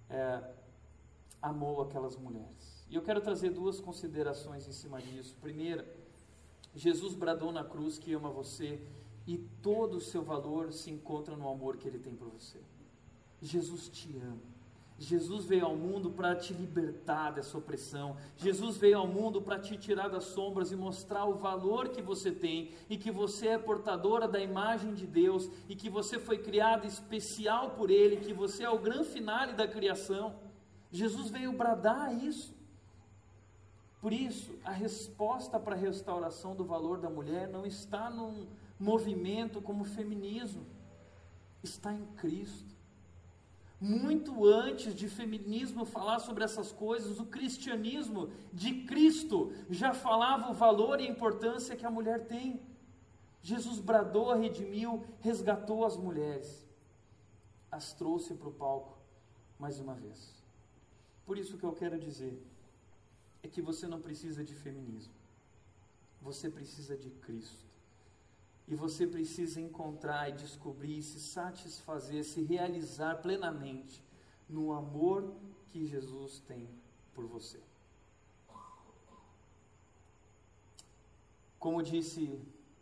amou aquelas mulheres. E eu quero trazer duas considerações em cima disso. Primeira, Jesus bradou na cruz que ama você, e todo o seu valor se encontra no amor que ele tem por você. Jesus te ama. Jesus veio ao mundo para te libertar dessa opressão. Jesus veio ao mundo para te tirar das sombras e mostrar o valor que você tem, e que você é portadora da imagem de Deus, e que você foi criada especial por Ele, que você é o grande finale da criação. Jesus veio bradar isso. Por isso, a resposta para a restauração do valor da mulher não está num movimento como o feminismo, está em Cristo. Muito antes de feminismo falar sobre essas coisas, o cristianismo de Cristo já falava o valor e a importância que a mulher tem. Jesus bradou, redimiu, resgatou as mulheres, as trouxe para o palco mais uma vez. Por isso que eu quero dizer é que você não precisa de feminismo, você precisa de Cristo. E você precisa encontrar e descobrir, se satisfazer, se realizar plenamente no amor que Jesus tem por você. Como disse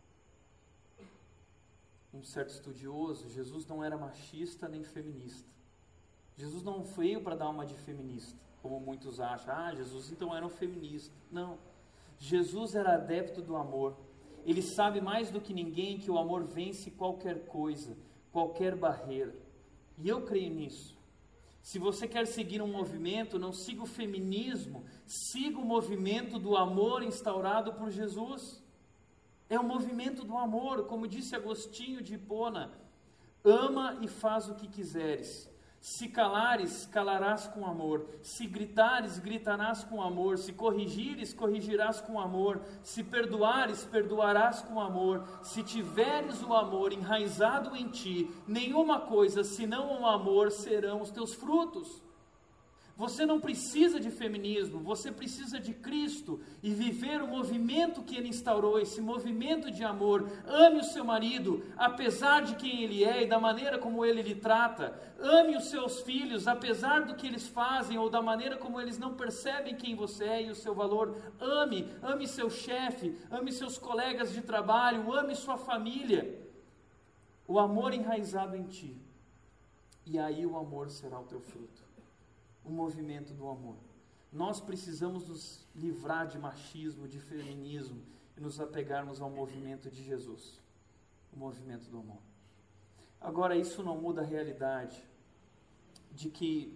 um certo estudioso, Jesus não era machista nem feminista. Jesus não veio para dar uma de feminista, como muitos acham. Ah, Jesus então era um feminista. Não. Jesus era adepto do amor. Ele sabe mais do que ninguém que o amor vence qualquer coisa, qualquer barreira. E eu creio nisso. Se você quer seguir um movimento, não siga o feminismo, siga o movimento do amor instaurado por Jesus. É o movimento do amor, como disse Agostinho de Hipona: ama e faz o que quiseres. Se calares, calarás com amor. Se gritares, gritarás com amor. Se corrigires, corrigirás com amor. Se perdoares, perdoarás com amor. Se tiveres o amor enraizado em ti, nenhuma coisa senão o amor serão os teus frutos. Você não precisa de feminismo, você precisa de Cristo e viver o movimento que Ele instaurou, esse movimento de amor. Ame o seu marido, apesar de quem ele é e da maneira como ele lhe trata. Ame os seus filhos, apesar do que eles fazem ou da maneira como eles não percebem quem você é e o seu valor. Ame seu chefe, ame seus colegas de trabalho, ame sua família. O amor enraizado em ti, e aí o amor será o teu fruto. O movimento do amor. Nós precisamos nos livrar de machismo, de feminismo e nos apegarmos ao movimento de Jesus, o movimento do amor. Agora, isso não muda a realidade de que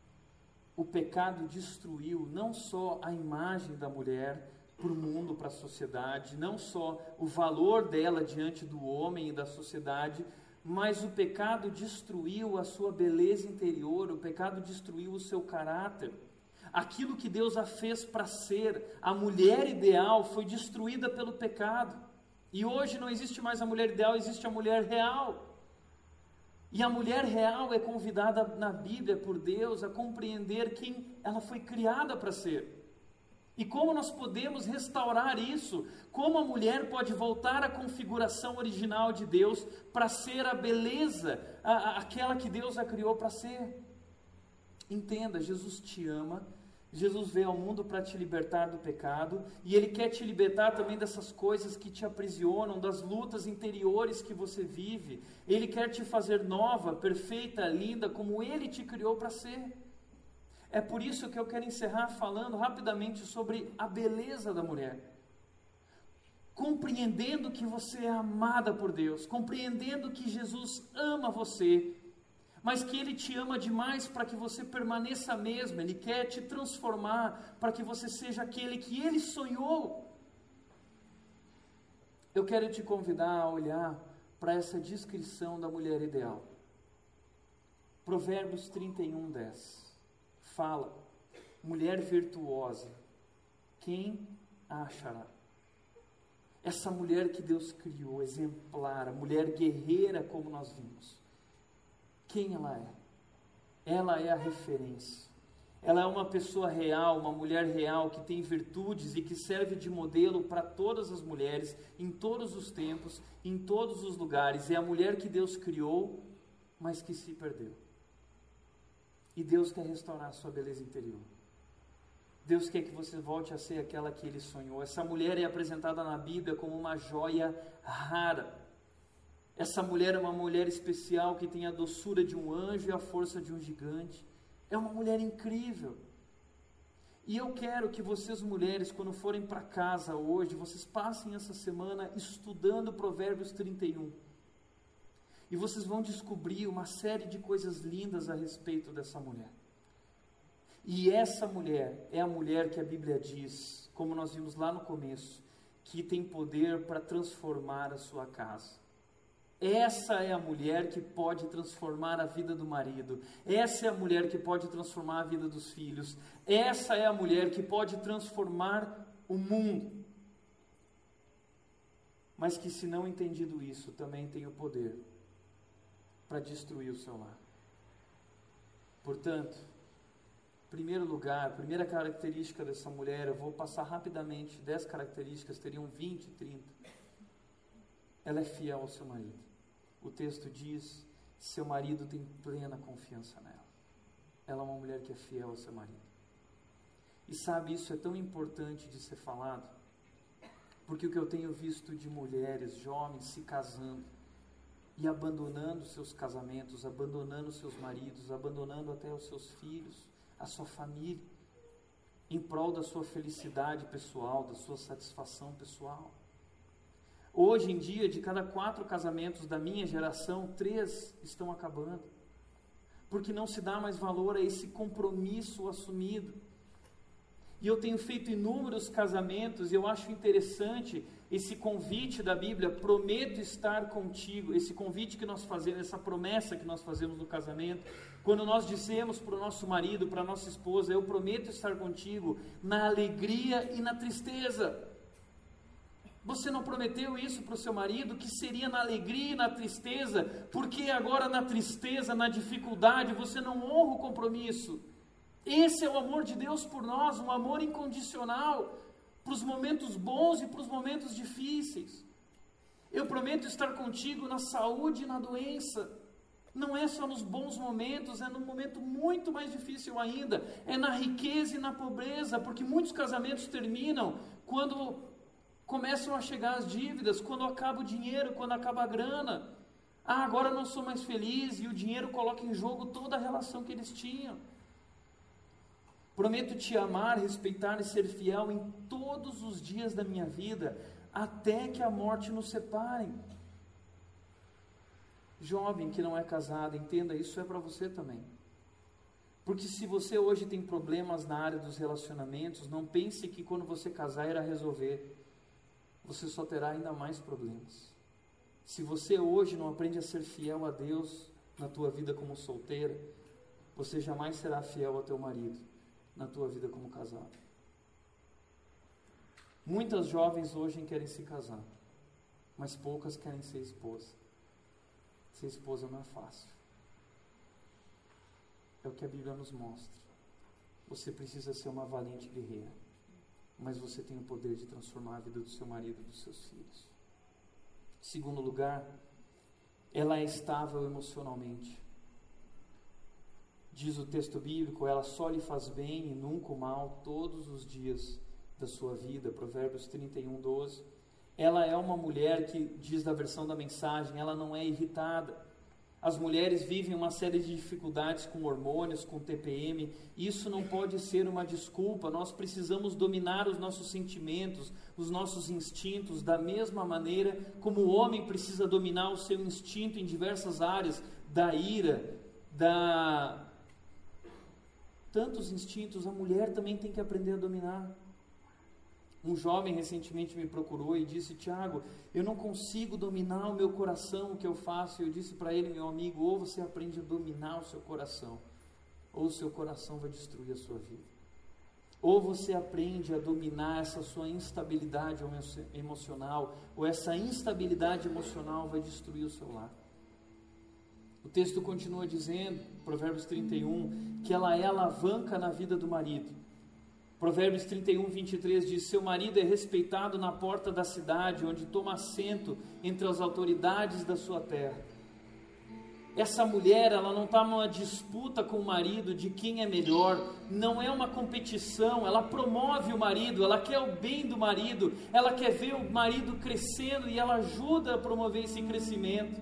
o pecado destruiu não só a imagem da mulher para o mundo, para a sociedade, não só o valor dela diante do homem e da sociedade, mas o pecado destruiu a sua beleza interior, o pecado destruiu o seu caráter. Aquilo que Deus a fez para ser, a mulher ideal, foi destruída pelo pecado. E hoje não existe mais a mulher ideal, existe a mulher real. E a mulher real é convidada na Bíblia por Deus a compreender quem ela foi criada para ser. E como nós podemos restaurar isso? Como a mulher pode voltar à configuração original de Deus para ser a beleza, aquela que Deus a criou para ser? Entenda, Jesus te ama, Jesus veio ao mundo para te libertar do pecado, e Ele quer te libertar também dessas coisas que te aprisionam, das lutas interiores que você vive. Ele quer te fazer nova, perfeita, linda, como Ele te criou para ser. É por isso que eu quero encerrar falando rapidamente sobre a beleza da mulher. Compreendendo que você é amada por Deus, compreendendo que Jesus ama você, mas que Ele te ama demais para que você permaneça a mesma. Ele quer te transformar para que você seja aquele que Ele sonhou. Eu quero te convidar a olhar para essa descrição da mulher ideal. Provérbios 31:10. Fala, mulher virtuosa, quem a achará? Essa mulher que Deus criou, exemplar, a mulher guerreira como nós vimos. Quem ela é? Ela é a referência. Ela é uma pessoa real, uma mulher real que tem virtudes e que serve de modelo para todas as mulheres, em todos os tempos, em todos os lugares. É a mulher que Deus criou, mas que se perdeu. E Deus quer restaurar a sua beleza interior. Deus quer que você volte a ser aquela que Ele sonhou. Essa mulher é apresentada na Bíblia como uma joia rara. Essa mulher é uma mulher especial que tem a doçura de um anjo e a força de um gigante. É uma mulher incrível. E eu quero que vocês mulheres, quando forem para casa hoje, vocês passem essa semana estudando Provérbios 31. E vocês vão descobrir uma série de coisas lindas a respeito dessa mulher. E essa mulher é a mulher que a Bíblia diz, como nós vimos lá no começo, que tem poder para transformar a sua casa. Essa é a mulher que pode transformar a vida do marido. Essa é a mulher que pode transformar a vida dos filhos. Essa é a mulher que pode transformar o mundo. Mas que, se não entendido isso, também tem o poder para destruir o seu lar. Portanto, primeiro lugar, primeira característica dessa mulher, eu vou passar rapidamente, 10 características, teriam 20, 30. Ela é fiel ao seu marido. O texto diz, seu marido tem plena confiança nela. Ela é uma mulher que é fiel ao seu marido. E sabe, isso é tão importante de ser falado, porque o que eu tenho visto de mulheres, jovens se casando, e abandonando seus casamentos, abandonando seus maridos, abandonando até os seus filhos, a sua família, em prol da sua felicidade pessoal, da sua satisfação pessoal. Hoje em dia, de cada 4 casamentos da minha geração, 3 estão acabando, porque não se dá mais valor a esse compromisso assumido. E eu tenho feito inúmeros casamentos, e eu acho interessante esse convite da Bíblia, prometo estar contigo, esse convite que nós fazemos, essa promessa que nós fazemos no casamento, quando nós dizemos para o nosso marido, para a nossa esposa, eu prometo estar contigo na alegria e na tristeza. Você não prometeu isso para o seu marido, que seria na alegria e na tristeza, porque agora na tristeza, na dificuldade, você não honra o compromisso? Esse é o amor de Deus por nós, um amor incondicional, para os momentos bons e para os momentos difíceis. Eu prometo estar contigo na saúde e na doença. Não é só nos bons momentos, é num momento muito mais difícil ainda. É na riqueza e na pobreza, porque muitos casamentos terminam quando começam a chegar as dívidas, quando acaba o dinheiro, quando acaba a grana. Ah, agora não sou mais feliz, e o dinheiro coloca em jogo toda a relação que eles tinham. Prometo te amar, respeitar e ser fiel em todos os dias da minha vida, até que a morte nos separe. Jovem que não é casado, entenda, isso é para você também. Porque se você hoje tem problemas na área dos relacionamentos, não pense que quando você casar irá resolver. Você só terá ainda mais problemas. Se você hoje não aprende a ser fiel a Deus na tua vida como solteira, você jamais será fiel ao teu marido na tua vida como casado. Muitas jovens hoje querem se casar, mas poucas querem ser esposa. Ser esposa não é fácil. É o que a Bíblia nos mostra. Você precisa ser uma valente guerreira, mas você tem o poder de transformar a vida do seu marido e dos seus filhos. Segundo lugar, ela é estável emocionalmente. Diz o texto bíblico, ela só lhe faz bem e nunca o mal todos os dias da sua vida. Provérbios 31, 12. Ela é uma mulher que, diz da versão da mensagem, ela não é irritada. As mulheres vivem uma série de dificuldades com hormônios, com TPM. Isso não pode ser uma desculpa. Nós precisamos dominar os nossos sentimentos, os nossos instintos, da mesma maneira como o homem precisa dominar o seu instinto em diversas áreas, da ira, tantos instintos, a mulher também tem que aprender a dominar. Um jovem recentemente me procurou e disse: Tiago, eu não consigo dominar o meu coração, o que eu faço? E eu disse para ele: meu amigo, ou você aprende a dominar o seu coração, ou o seu coração vai destruir a sua vida. Ou você aprende a dominar essa sua instabilidade emocional, ou essa instabilidade emocional vai destruir o seu lar. O texto continua dizendo, Provérbios 31, que ela é alavanca na vida do marido. Provérbios 31, 23 diz: seu marido é respeitado na porta da cidade, onde toma assento entre as autoridades da sua terra. Essa mulher, ela não está numa disputa com o marido de quem é melhor, não é uma competição, ela promove o marido, ela quer o bem do marido, ela quer ver o marido crescendo e ela ajuda a promover esse crescimento.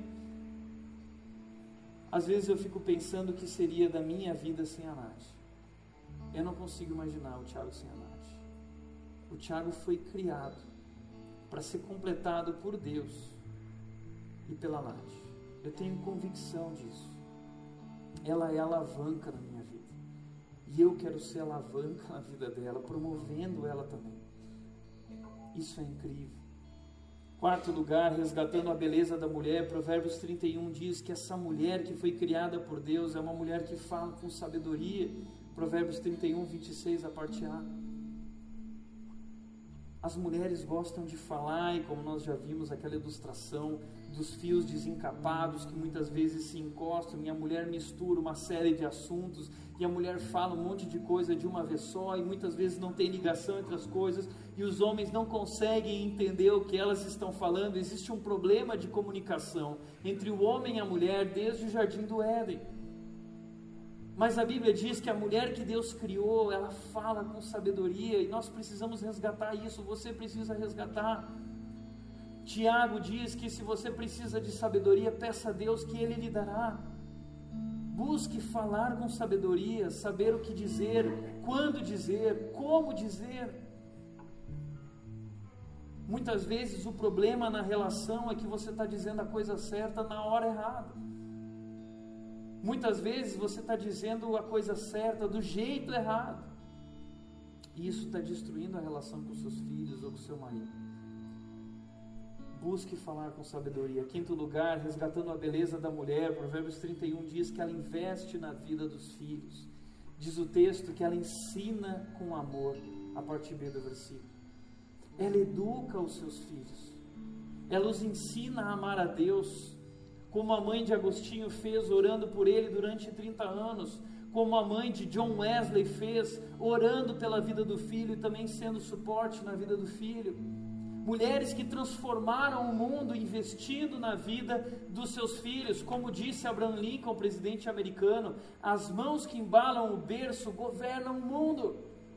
Às vezes eu fico pensando o que seria da minha vida sem a Nath. Eu não consigo imaginar o Tiago sem a Nath. O Tiago foi criado para ser completado por Deus e pela Nath. Eu tenho convicção disso. Ela é alavanca na minha vida. E eu quero ser alavanca na vida dela, promovendo ela também. Isso é incrível. Quarto lugar, resgatando a beleza da mulher, Provérbios 31 diz que essa mulher que foi criada por Deus é uma mulher que fala com sabedoria. Provérbios 31, 26, a parte A. As mulheres gostam de falar, e como nós já vimos aquela ilustração dos fios desencapados que muitas vezes se encostam, e a mulher mistura uma série de assuntos, e a mulher fala um monte de coisa de uma vez só, e muitas vezes não tem ligação entre as coisas, e os homens não conseguem entender o que elas estão falando. Existe um problema de comunicação entre o homem e a mulher desde o jardim do Éden. Mas a Bíblia diz que a mulher que Deus criou, ela fala com sabedoria, e nós precisamos resgatar isso. Você precisa resgatar. Tiago diz que se você precisa de sabedoria, peça a Deus que Ele lhe dará. Busque falar com sabedoria, saber o que dizer, quando dizer, como dizer. Muitas vezes o problema na relação é que você está dizendo a coisa certa na hora errada. Muitas vezes você está dizendo a coisa certa do jeito errado. E isso está destruindo a relação com seus filhos ou com seu marido. Busque falar com sabedoria. Quinto lugar, resgatando a beleza da mulher, Provérbios 31 diz que ela investe na vida dos filhos. Diz o texto que ela ensina com amor, a parte B do versículo. Ela educa os seus filhos. Ela os ensina a amar a Deus, como a mãe de Agostinho fez, orando por ele durante 30 anos, como a mãe de John Wesley fez, orando pela vida do filho e também sendo suporte na vida do filho. Mulheres que transformaram o mundo investindo na vida dos seus filhos, como disse Abraham Lincoln, presidente americano: as mãos que embalam o berço governam o mundo.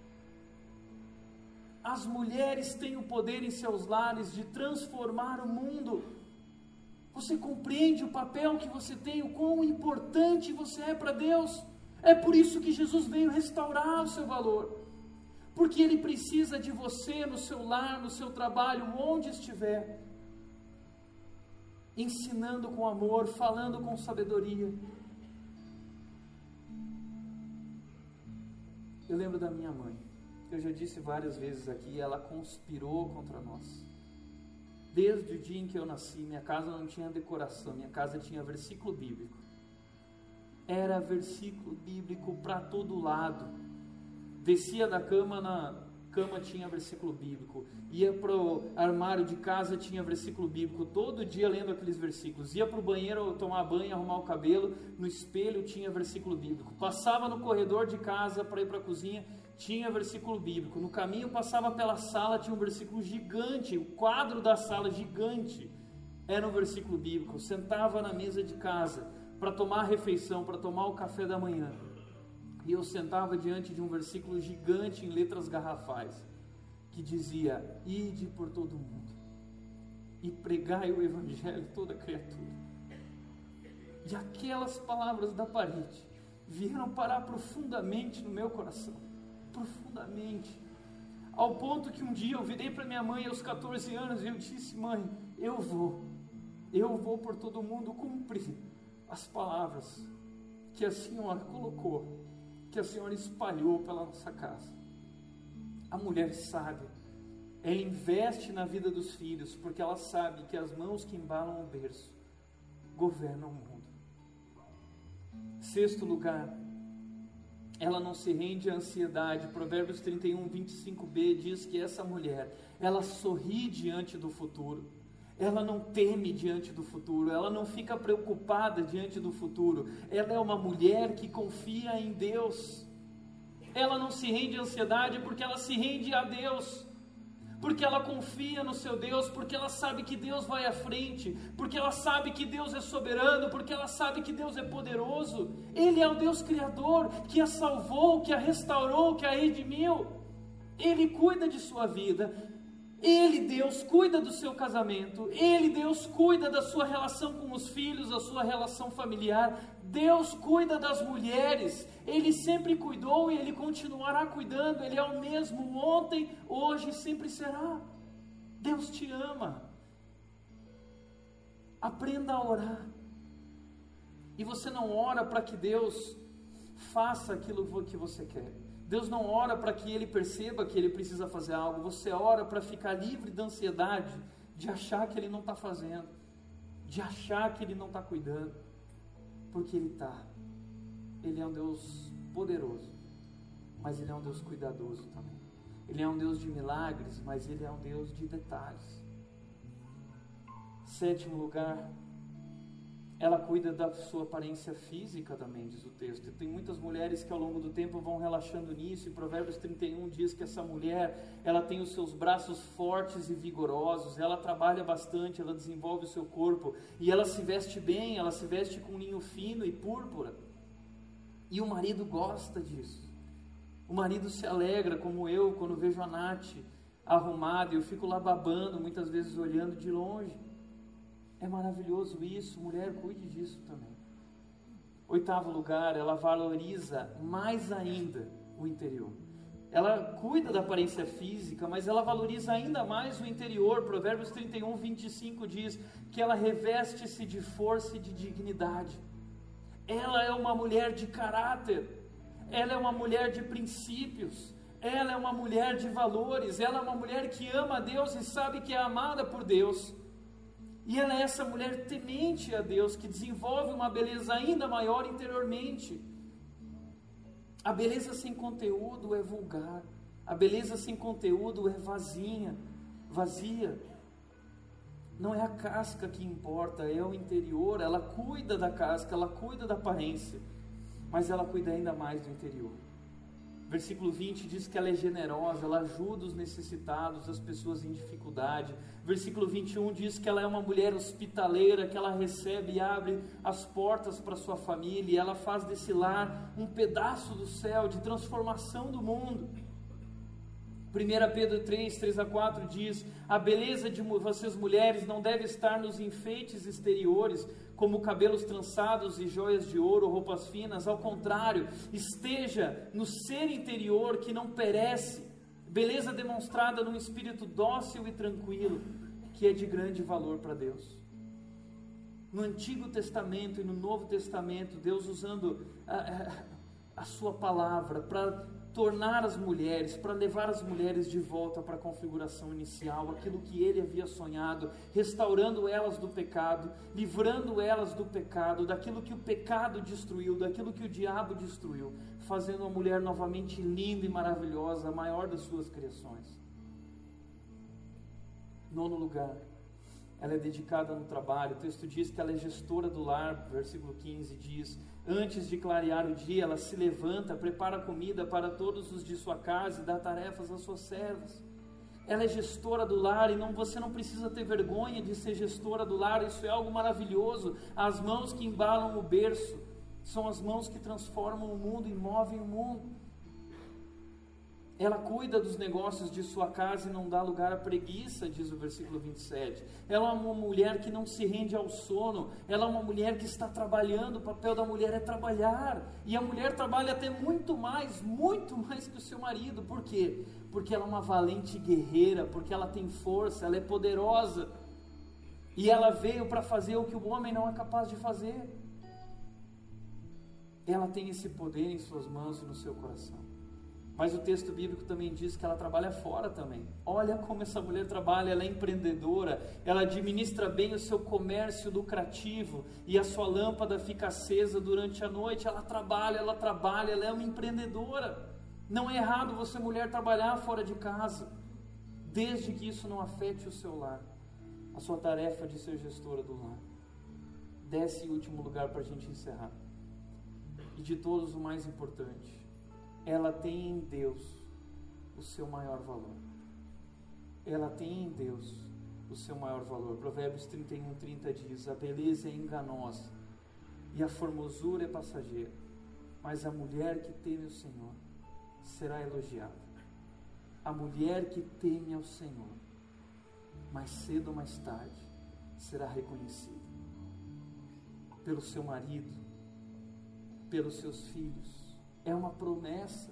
As mulheres têm o poder em seus lares de transformar o mundo. Você compreende o papel que você tem, o quão importante você é para Deus? É por isso que Jesus veio restaurar o seu valor. Porque Ele precisa de você no seu lar, no seu trabalho, onde estiver. Ensinando com amor, falando com sabedoria. Eu lembro da minha mãe. Eu já disse várias vezes aqui, ela conspirou contra nós. Desde o dia em que eu nasci, minha casa não tinha decoração, minha casa tinha versículo bíblico. Era versículo bíblico para todo lado. Descia da cama na cama tinha versículo bíblico, ia para o armário de casa, tinha versículo bíblico, todo dia lendo aqueles versículos, ia para o banheiro tomar banho, arrumar o cabelo, no espelho tinha versículo bíblico, passava no corredor de casa para ir para a cozinha, tinha versículo bíblico, no caminho passava pela sala, tinha um versículo gigante, o quadro da sala gigante era um versículo bíblico, sentava na mesa de casa para tomar a refeição, para tomar o café da manhã, e eu sentava diante de um versículo gigante em letras garrafais, que dizia: ide por todo mundo, e pregai o evangelho a toda criatura. E aquelas palavras da parede vieram parar profundamente no meu coração, profundamente, ao ponto que um dia eu virei para minha mãe aos 14 anos e eu disse: mãe, eu vou por todo mundo cumprir as palavras que a senhora colocou, que a senhora espalhou pela nossa casa. A mulher sábia, ela investe na vida dos filhos, porque ela sabe que as mãos que embalam o berço governam o mundo. Sexto lugar, ela não se rende à ansiedade. Provérbios 31, 25b diz que essa mulher, ela sorri diante do futuro. Ela não teme diante do futuro, ela não fica preocupada diante do futuro, ela é uma mulher que confia em Deus. Ela não se rende à ansiedade porque ela se rende a Deus, porque ela confia no seu Deus, porque ela sabe que Deus vai à frente, porque ela sabe que Deus é soberano, porque ela sabe que Deus é poderoso. Ele é o Deus Criador, que a salvou, que a restaurou, que a redimiu. Ele cuida de sua vida. Ele, Deus, cuida do seu casamento. Ele, Deus, cuida da sua relação com os filhos, da sua relação familiar. Deus cuida das mulheres. Ele sempre cuidou e Ele continuará cuidando. Ele é o mesmo ontem, hoje e sempre será. Deus te ama. Aprenda a orar. E você não ora para que Deus faça aquilo que você quer. Deus não ora para que Ele perceba que Ele precisa fazer algo. Você ora para ficar livre da ansiedade de achar que Ele não está fazendo, de achar que Ele não está cuidando, porque Ele está. Ele é um Deus poderoso, mas Ele é um Deus cuidadoso também. Ele é um Deus de milagres, mas Ele é um Deus de detalhes. Sétimo lugar, ela cuida da sua aparência física também, diz o texto. E tem muitas mulheres que ao longo do tempo vão relaxando nisso, e Provérbios 31 diz que essa mulher, ela tem os seus braços fortes e vigorosos, ela trabalha bastante, ela desenvolve o seu corpo, e ela se veste bem, ela se veste com linho fino e púrpura, e o marido gosta disso. O marido se alegra, como eu, quando vejo a Nath arrumada, eu fico lá babando, muitas vezes olhando de longe. É maravilhoso isso, mulher, cuide disso também. Oitavo lugar, ela valoriza mais ainda o interior. Ela cuida da aparência física, mas ela valoriza ainda mais o interior. Provérbios 31, 25 diz que ela reveste-se de força e de dignidade. Ela é uma mulher de caráter, ela é uma mulher de princípios, ela é uma mulher de valores, ela é uma mulher que ama a Deus e sabe que é amada por Deus. E ela é essa mulher temente a Deus, que desenvolve uma beleza ainda maior interiormente. A beleza sem conteúdo é vulgar. A beleza sem conteúdo é vazia. Não é a casca que importa, é o interior. Ela cuida da casca, ela cuida da aparência, mas ela cuida ainda mais do interior. Versículo 20 diz que ela é generosa, ela ajuda os necessitados, as pessoas em dificuldade. Versículo 21 diz que ela é uma mulher hospitaleira, que ela recebe e abre as portas para sua família, e ela faz desse lar um pedaço do céu, de transformação do mundo. 1 Pedro 3, 3-4 diz: a beleza de vocês mulheres não deve estar nos enfeites exteriores, como cabelos trançados e joias de ouro, roupas finas. Ao contrário, esteja no ser interior que não perece, beleza demonstrada num espírito dócil e tranquilo, que é de grande valor para Deus. No Antigo Testamento e no Novo Testamento, Deus usando a sua palavra para tornar as mulheres, para levar as mulheres de volta para a configuração inicial, aquilo que ele havia sonhado, restaurando elas do pecado, livrando elas do pecado, daquilo que o pecado destruiu, daquilo que o diabo destruiu, fazendo a mulher novamente linda e maravilhosa, a maior das suas criações. 9º lugar, ela é dedicada no trabalho. O texto diz que ela é gestora do lar. Versículo 15 diz: antes de clarear o dia, ela se levanta, prepara comida para todos os de sua casa e dá tarefas às suas servas. Ela é gestora do lar, e você não precisa ter vergonha de ser gestora do lar. Isso é algo maravilhoso. As mãos que embalam o berço são as mãos que transformam o mundo e movem o mundo. Ela cuida dos negócios de sua casa e não dá lugar à preguiça, diz o versículo 27. Ela é uma mulher que não se rende ao sono. Ela é uma mulher que está trabalhando. O papel da mulher é trabalhar. E a mulher trabalha até muito mais que o seu marido. Por quê? Porque ela é uma valente guerreira, porque ela tem força, ela é poderosa. E ela veio para fazer o que o homem não é capaz de fazer. Ela tem esse poder em suas mãos e no seu coração. Mas o texto bíblico também diz que ela trabalha fora também. Olha como essa mulher trabalha. Ela é empreendedora, ela administra bem o seu comércio lucrativo, e a sua lâmpada fica acesa durante a noite. Ela trabalha, ela é uma empreendedora. Não é errado você, mulher, trabalhar fora de casa, desde que isso não afete o seu lar, a sua tarefa de ser gestora do lar. 10º e último lugar para a gente encerrar, e de todos o mais importante: ela tem em Deus o seu maior valor. Ela tem em Deus o seu maior valor. Provérbios 31:30 diz: a beleza é enganosa e a formosura é passageira, mas a mulher que teme o Senhor será elogiada. A mulher que teme ao Senhor, mais cedo ou mais tarde, será reconhecida pelo seu marido, pelos seus filhos. É uma promessa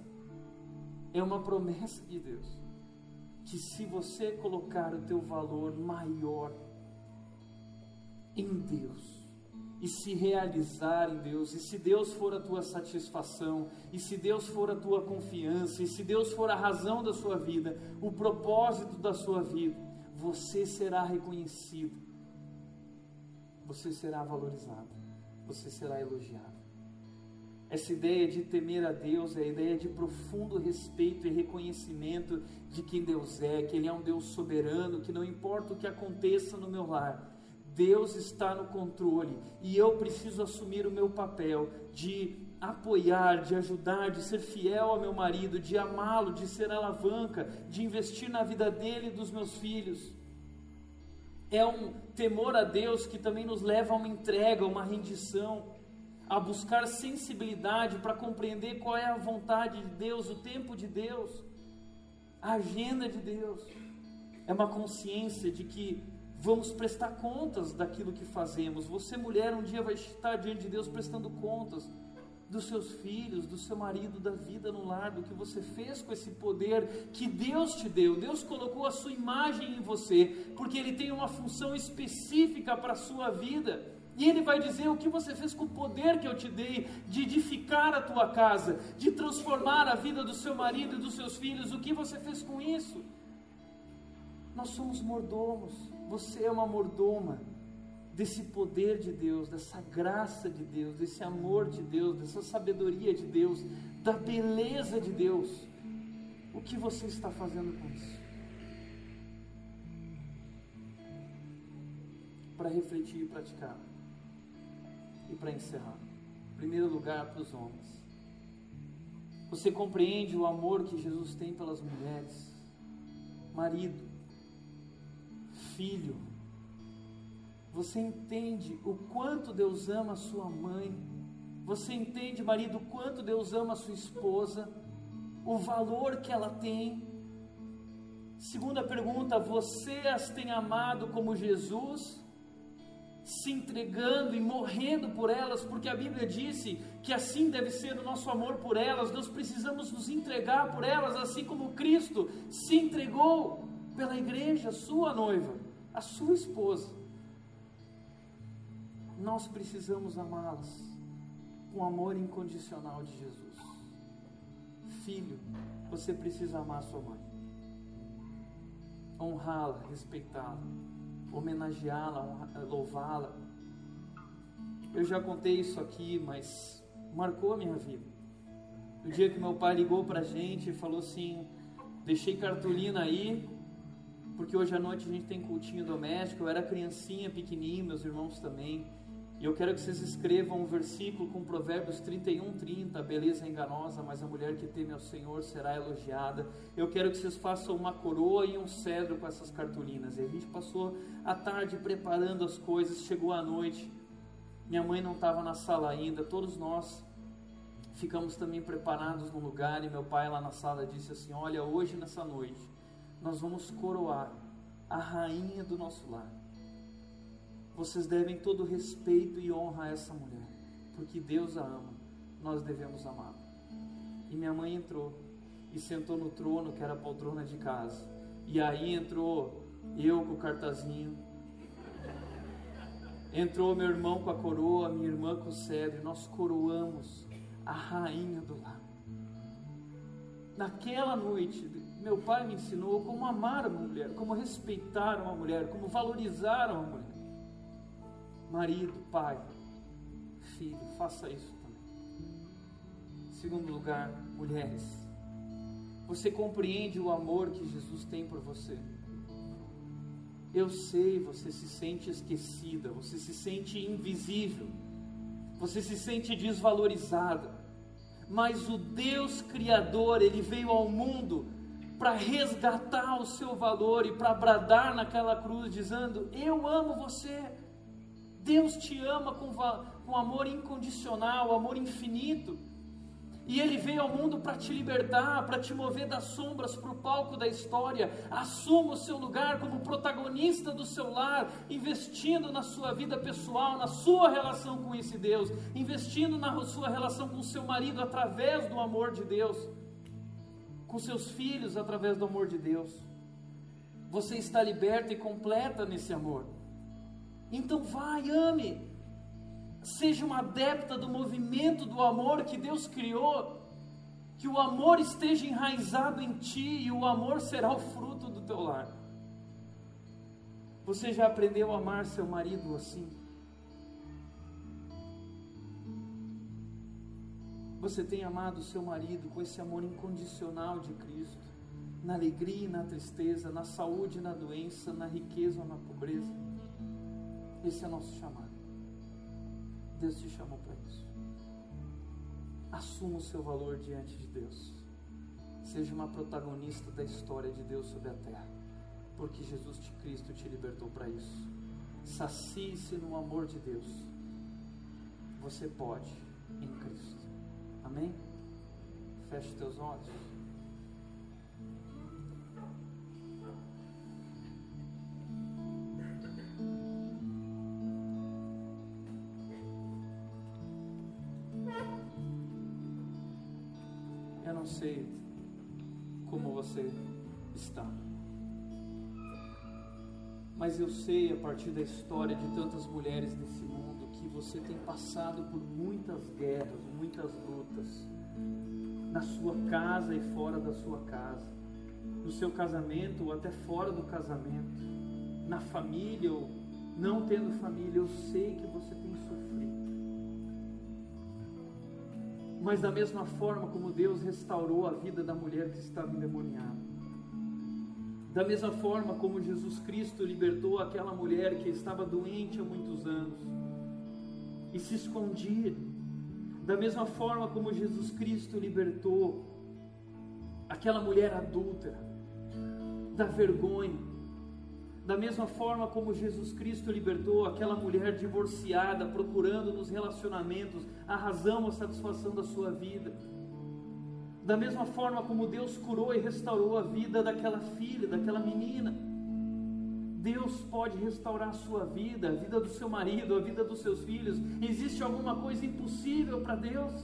de Deus, que se você colocar o teu valor maior em Deus, e se realizar em Deus, e se Deus for a tua satisfação, e se Deus for a tua confiança, e se Deus for a razão da sua vida, o propósito da sua vida, você será reconhecido, você será valorizado, você será elogiado. Essa ideia de temer a Deus é a ideia de profundo respeito e reconhecimento de quem Deus é, que Ele é um Deus soberano, que não importa o que aconteça no meu lar, Deus está no controle, e eu preciso assumir o meu papel de apoiar, de ajudar, de ser fiel ao meu marido, de amá-lo, de ser alavanca, de investir na vida dele e dos meus filhos. É um temor a Deus que também nos leva a uma entrega, uma rendição, a buscar sensibilidade para compreender qual é a vontade de Deus, o tempo de Deus, a agenda de Deus. É uma consciência de que vamos prestar contas daquilo que fazemos. Você, mulher, um dia vai estar diante de Deus prestando contas dos seus filhos, do seu marido, da vida no lar, do que você fez com esse poder que Deus te deu. Deus colocou a sua imagem em você, porque Ele tem uma função específica para a sua vida. E Ele vai dizer o que você fez com o poder que eu te dei, de edificar a tua casa, de transformar a vida do seu marido e dos seus filhos. O que você fez com isso? Nós somos mordomos. Você é uma mordoma desse poder de Deus, dessa graça de Deus, desse amor de Deus, dessa sabedoria de Deus, da beleza de Deus. O que você está fazendo com isso? Para refletir e praticar. E para encerrar, em primeiro lugar, para os homens, você compreende o amor que Jesus tem pelas mulheres? Marido, filho, você entende o quanto Deus ama a sua mãe? Você entende, marido, o quanto Deus ama a sua esposa? O valor que ela tem? Segunda pergunta: você as tem amado como Jesus? Se entregando e morrendo por elas, porque a Bíblia disse que assim deve ser o nosso amor por elas. Nós precisamos nos entregar por elas, assim como Cristo se entregou pela igreja, a sua noiva, a sua esposa. Nós precisamos amá-las com o amor incondicional de Jesus. filho, você precisa amar sua mãe. Honrá-la, respeitá-la, homenageá-la, louvá-la. Eu já contei isso aqui, mas marcou a minha vida. O dia que meu pai ligou pra gente e falou assim: deixei cartolina aí, porque hoje à noite a gente tem cultinho doméstico. Eu era criancinha, pequenininho, meus irmãos também. E eu quero que vocês escrevam um versículo com Provérbios 31:30, a beleza é enganosa, mas a mulher que teme ao Senhor será elogiada. Eu quero que vocês façam uma coroa e um cedro com essas cartolinas. E a gente passou a tarde preparando as coisas, chegou a noite, minha mãe não estava na sala ainda, todos nós ficamos também preparados no lugar, e meu pai lá na sala disse assim: olha, hoje nessa noite, nós vamos coroar a rainha do nosso lar. Vocês devem todo respeito e honra a essa mulher, porque Deus a ama, nós devemos amá-la. E minha mãe entrou e sentou no trono, que era a poltrona de casa. E aí entrou eu com o cartazinho, entrou meu irmão com a coroa, minha irmã com o cedro, e nós coroamos a rainha do lar. Naquela noite, meu pai me ensinou como amar uma mulher, como respeitar uma mulher, como valorizar uma mulher. Marido, pai, filho, faça isso também. Segundo lugar, mulheres, você compreende o amor que Jesus tem por você? Eu sei, você se sente esquecida, você se sente invisível, você se sente desvalorizada, mas o Deus Criador, Ele veio ao mundo para resgatar o seu valor e para bradar naquela cruz, dizendo: eu amo você. Deus te ama com amor incondicional, amor infinito. E Ele veio ao mundo para te libertar, para te mover das sombras para o palco da história. Assuma o seu lugar como protagonista do seu lar, investindo na sua vida pessoal, na sua relação com esse Deus, investindo na sua relação com o seu marido através do amor de Deus, com seus filhos através do amor de Deus. Você está liberta e completa nesse amor. Então vai, ame, seja uma adepta do movimento do amor que Deus criou, que o amor esteja enraizado em ti e o amor será o fruto do teu lar. Você já aprendeu a amar seu marido assim? Você tem amado seu marido com esse amor incondicional de Cristo, na alegria e na tristeza, na saúde e na doença, na riqueza ou na pobreza? Esse é o nosso chamado. Deus te chamou para isso. Assuma o seu valor diante de Deus. Seja uma protagonista da história de Deus sobre a terra, porque Jesus Cristo te libertou para isso. Sacie-se no amor de Deus. Você pode em Cristo. Amém? Feche teus olhos. Eu não sei como você está, mas eu sei, a partir da história de tantas mulheres desse mundo, que você tem passado por muitas guerras, muitas lutas, na sua casa e fora da sua casa, no seu casamento ou até fora do casamento, na família ou não tendo família. Eu sei que você tem sofrido. Mas da mesma forma como Deus restaurou a vida da mulher que estava endemoniada, da mesma forma como Jesus Cristo libertou aquela mulher que estava doente há muitos anos e se escondia, da mesma forma como Jesus Cristo libertou aquela mulher adúltera da vergonha, da mesma forma como Jesus Cristo libertou aquela mulher divorciada, procurando nos relacionamentos a razão, a satisfação da sua vida, da mesma forma como Deus curou e restaurou a vida daquela filha, daquela menina, Deus pode restaurar a sua vida, a vida do seu marido, a vida dos seus filhos. Existe alguma coisa impossível para Deus?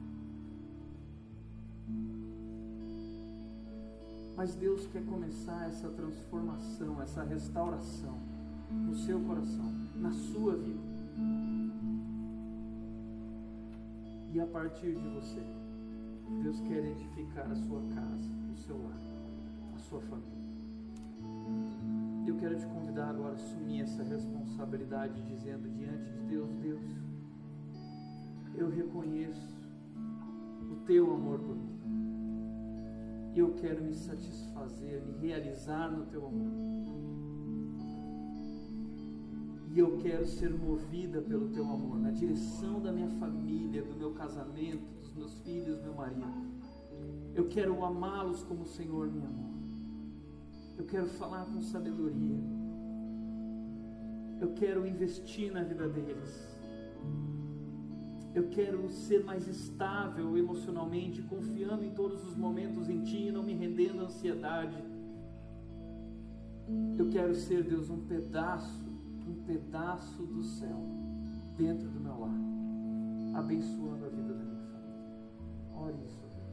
Mas Deus quer começar essa transformação, essa restauração no seu coração, na sua vida. E a partir de você. Deus quer edificar a sua casa, o seu lar, a sua família. Eu quero te convidar agora a assumir essa responsabilidade, dizendo diante de Deus: Deus, eu reconheço o teu amor por mim. E eu quero me satisfazer, me realizar no teu amor. E eu quero ser movida pelo teu amor, na direção da minha família, do meu casamento, dos meus filhos, meu marido. Eu quero amá-los como o Senhor me amou. Eu quero falar com sabedoria. Eu quero investir na vida deles. Eu quero ser mais estável emocionalmente, confiando em todos os momentos em Ti e não me rendendo à ansiedade. Eu quero ser, Deus, um pedaço do céu dentro do meu lar, abençoando a vida da minha família. Ore isso, Deus.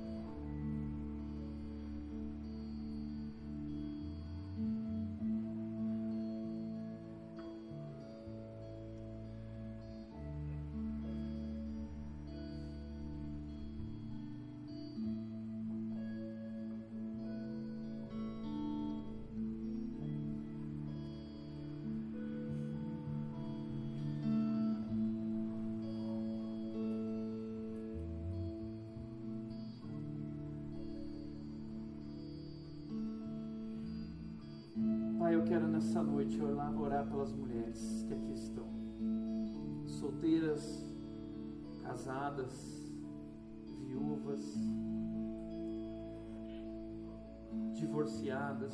Pai, eu quero nessa noite orar pelas mulheres que aqui estão, solteiras, casadas, viúvas, divorciadas.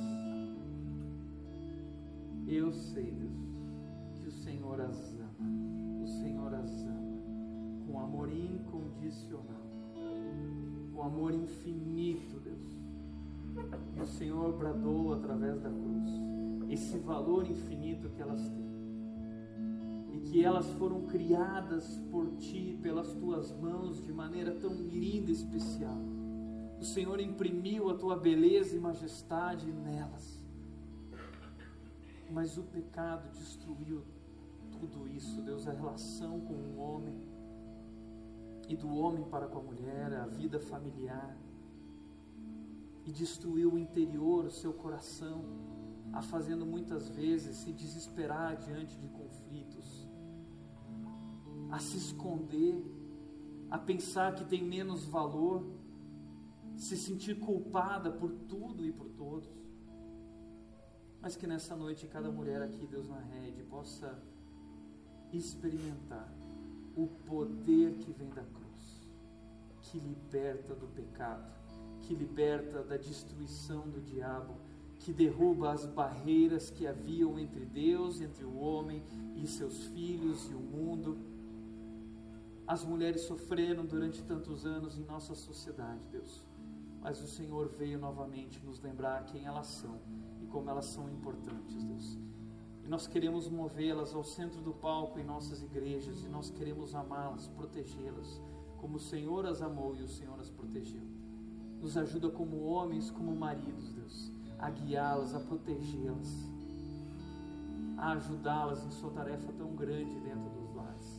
Eu sei, Deus, que o Senhor as ama, o Senhor as ama com amor incondicional, com amor infinito, Deus. E o Senhor bradou através da cruz esse valor infinito que elas têm, e que elas foram criadas por Ti, pelas Tuas mãos, de maneira tão linda e especial. O Senhor imprimiu a Tua beleza e majestade nelas, mas o pecado destruiu tudo isso, Deus, a relação com o homem, e do homem para com a mulher, a vida familiar, e destruiu o interior, o seu coração, a fazendo muitas vezes se desesperar diante de conflitos, a se esconder, a pensar que tem menos valor, se sentir culpada por tudo e por todos. Mas que nessa noite cada mulher aqui, Deus, na rede, possa experimentar o poder que vem da cruz, que liberta do pecado, que liberta da destruição do diabo, que derruba as barreiras que haviam entre Deus, entre o homem e seus filhos e o mundo. As mulheres sofreram durante tantos anos em nossa sociedade, Deus, mas o Senhor veio novamente nos lembrar quem elas são e como elas são importantes, Deus. E nós queremos movê-las ao centro do palco em nossas igrejas, e nós queremos amá-las, protegê-las, como o Senhor as amou e o Senhor as protegeu. Nos ajuda como homens, como maridos, Deus, a guiá-las, a protegê-las, a ajudá-las em sua tarefa tão grande dentro dos lares.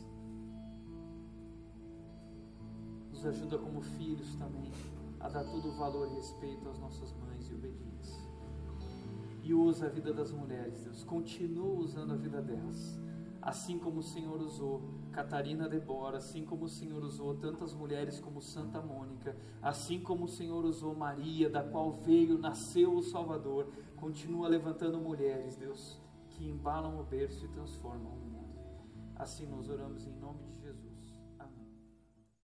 Nos ajuda como filhos também a dar todo o valor e respeito às nossas mães e obediência. E usa a vida das mulheres, Deus, continua usando a vida delas, assim como o Senhor usou Catarina Debora, assim como o Senhor usou tantas mulheres como Santa Mônica, assim como o Senhor usou Maria, da qual nasceu o Salvador. Continua levantando mulheres, Deus, que embalam o berço e transformam o mundo. Assim nós oramos em nome de Jesus.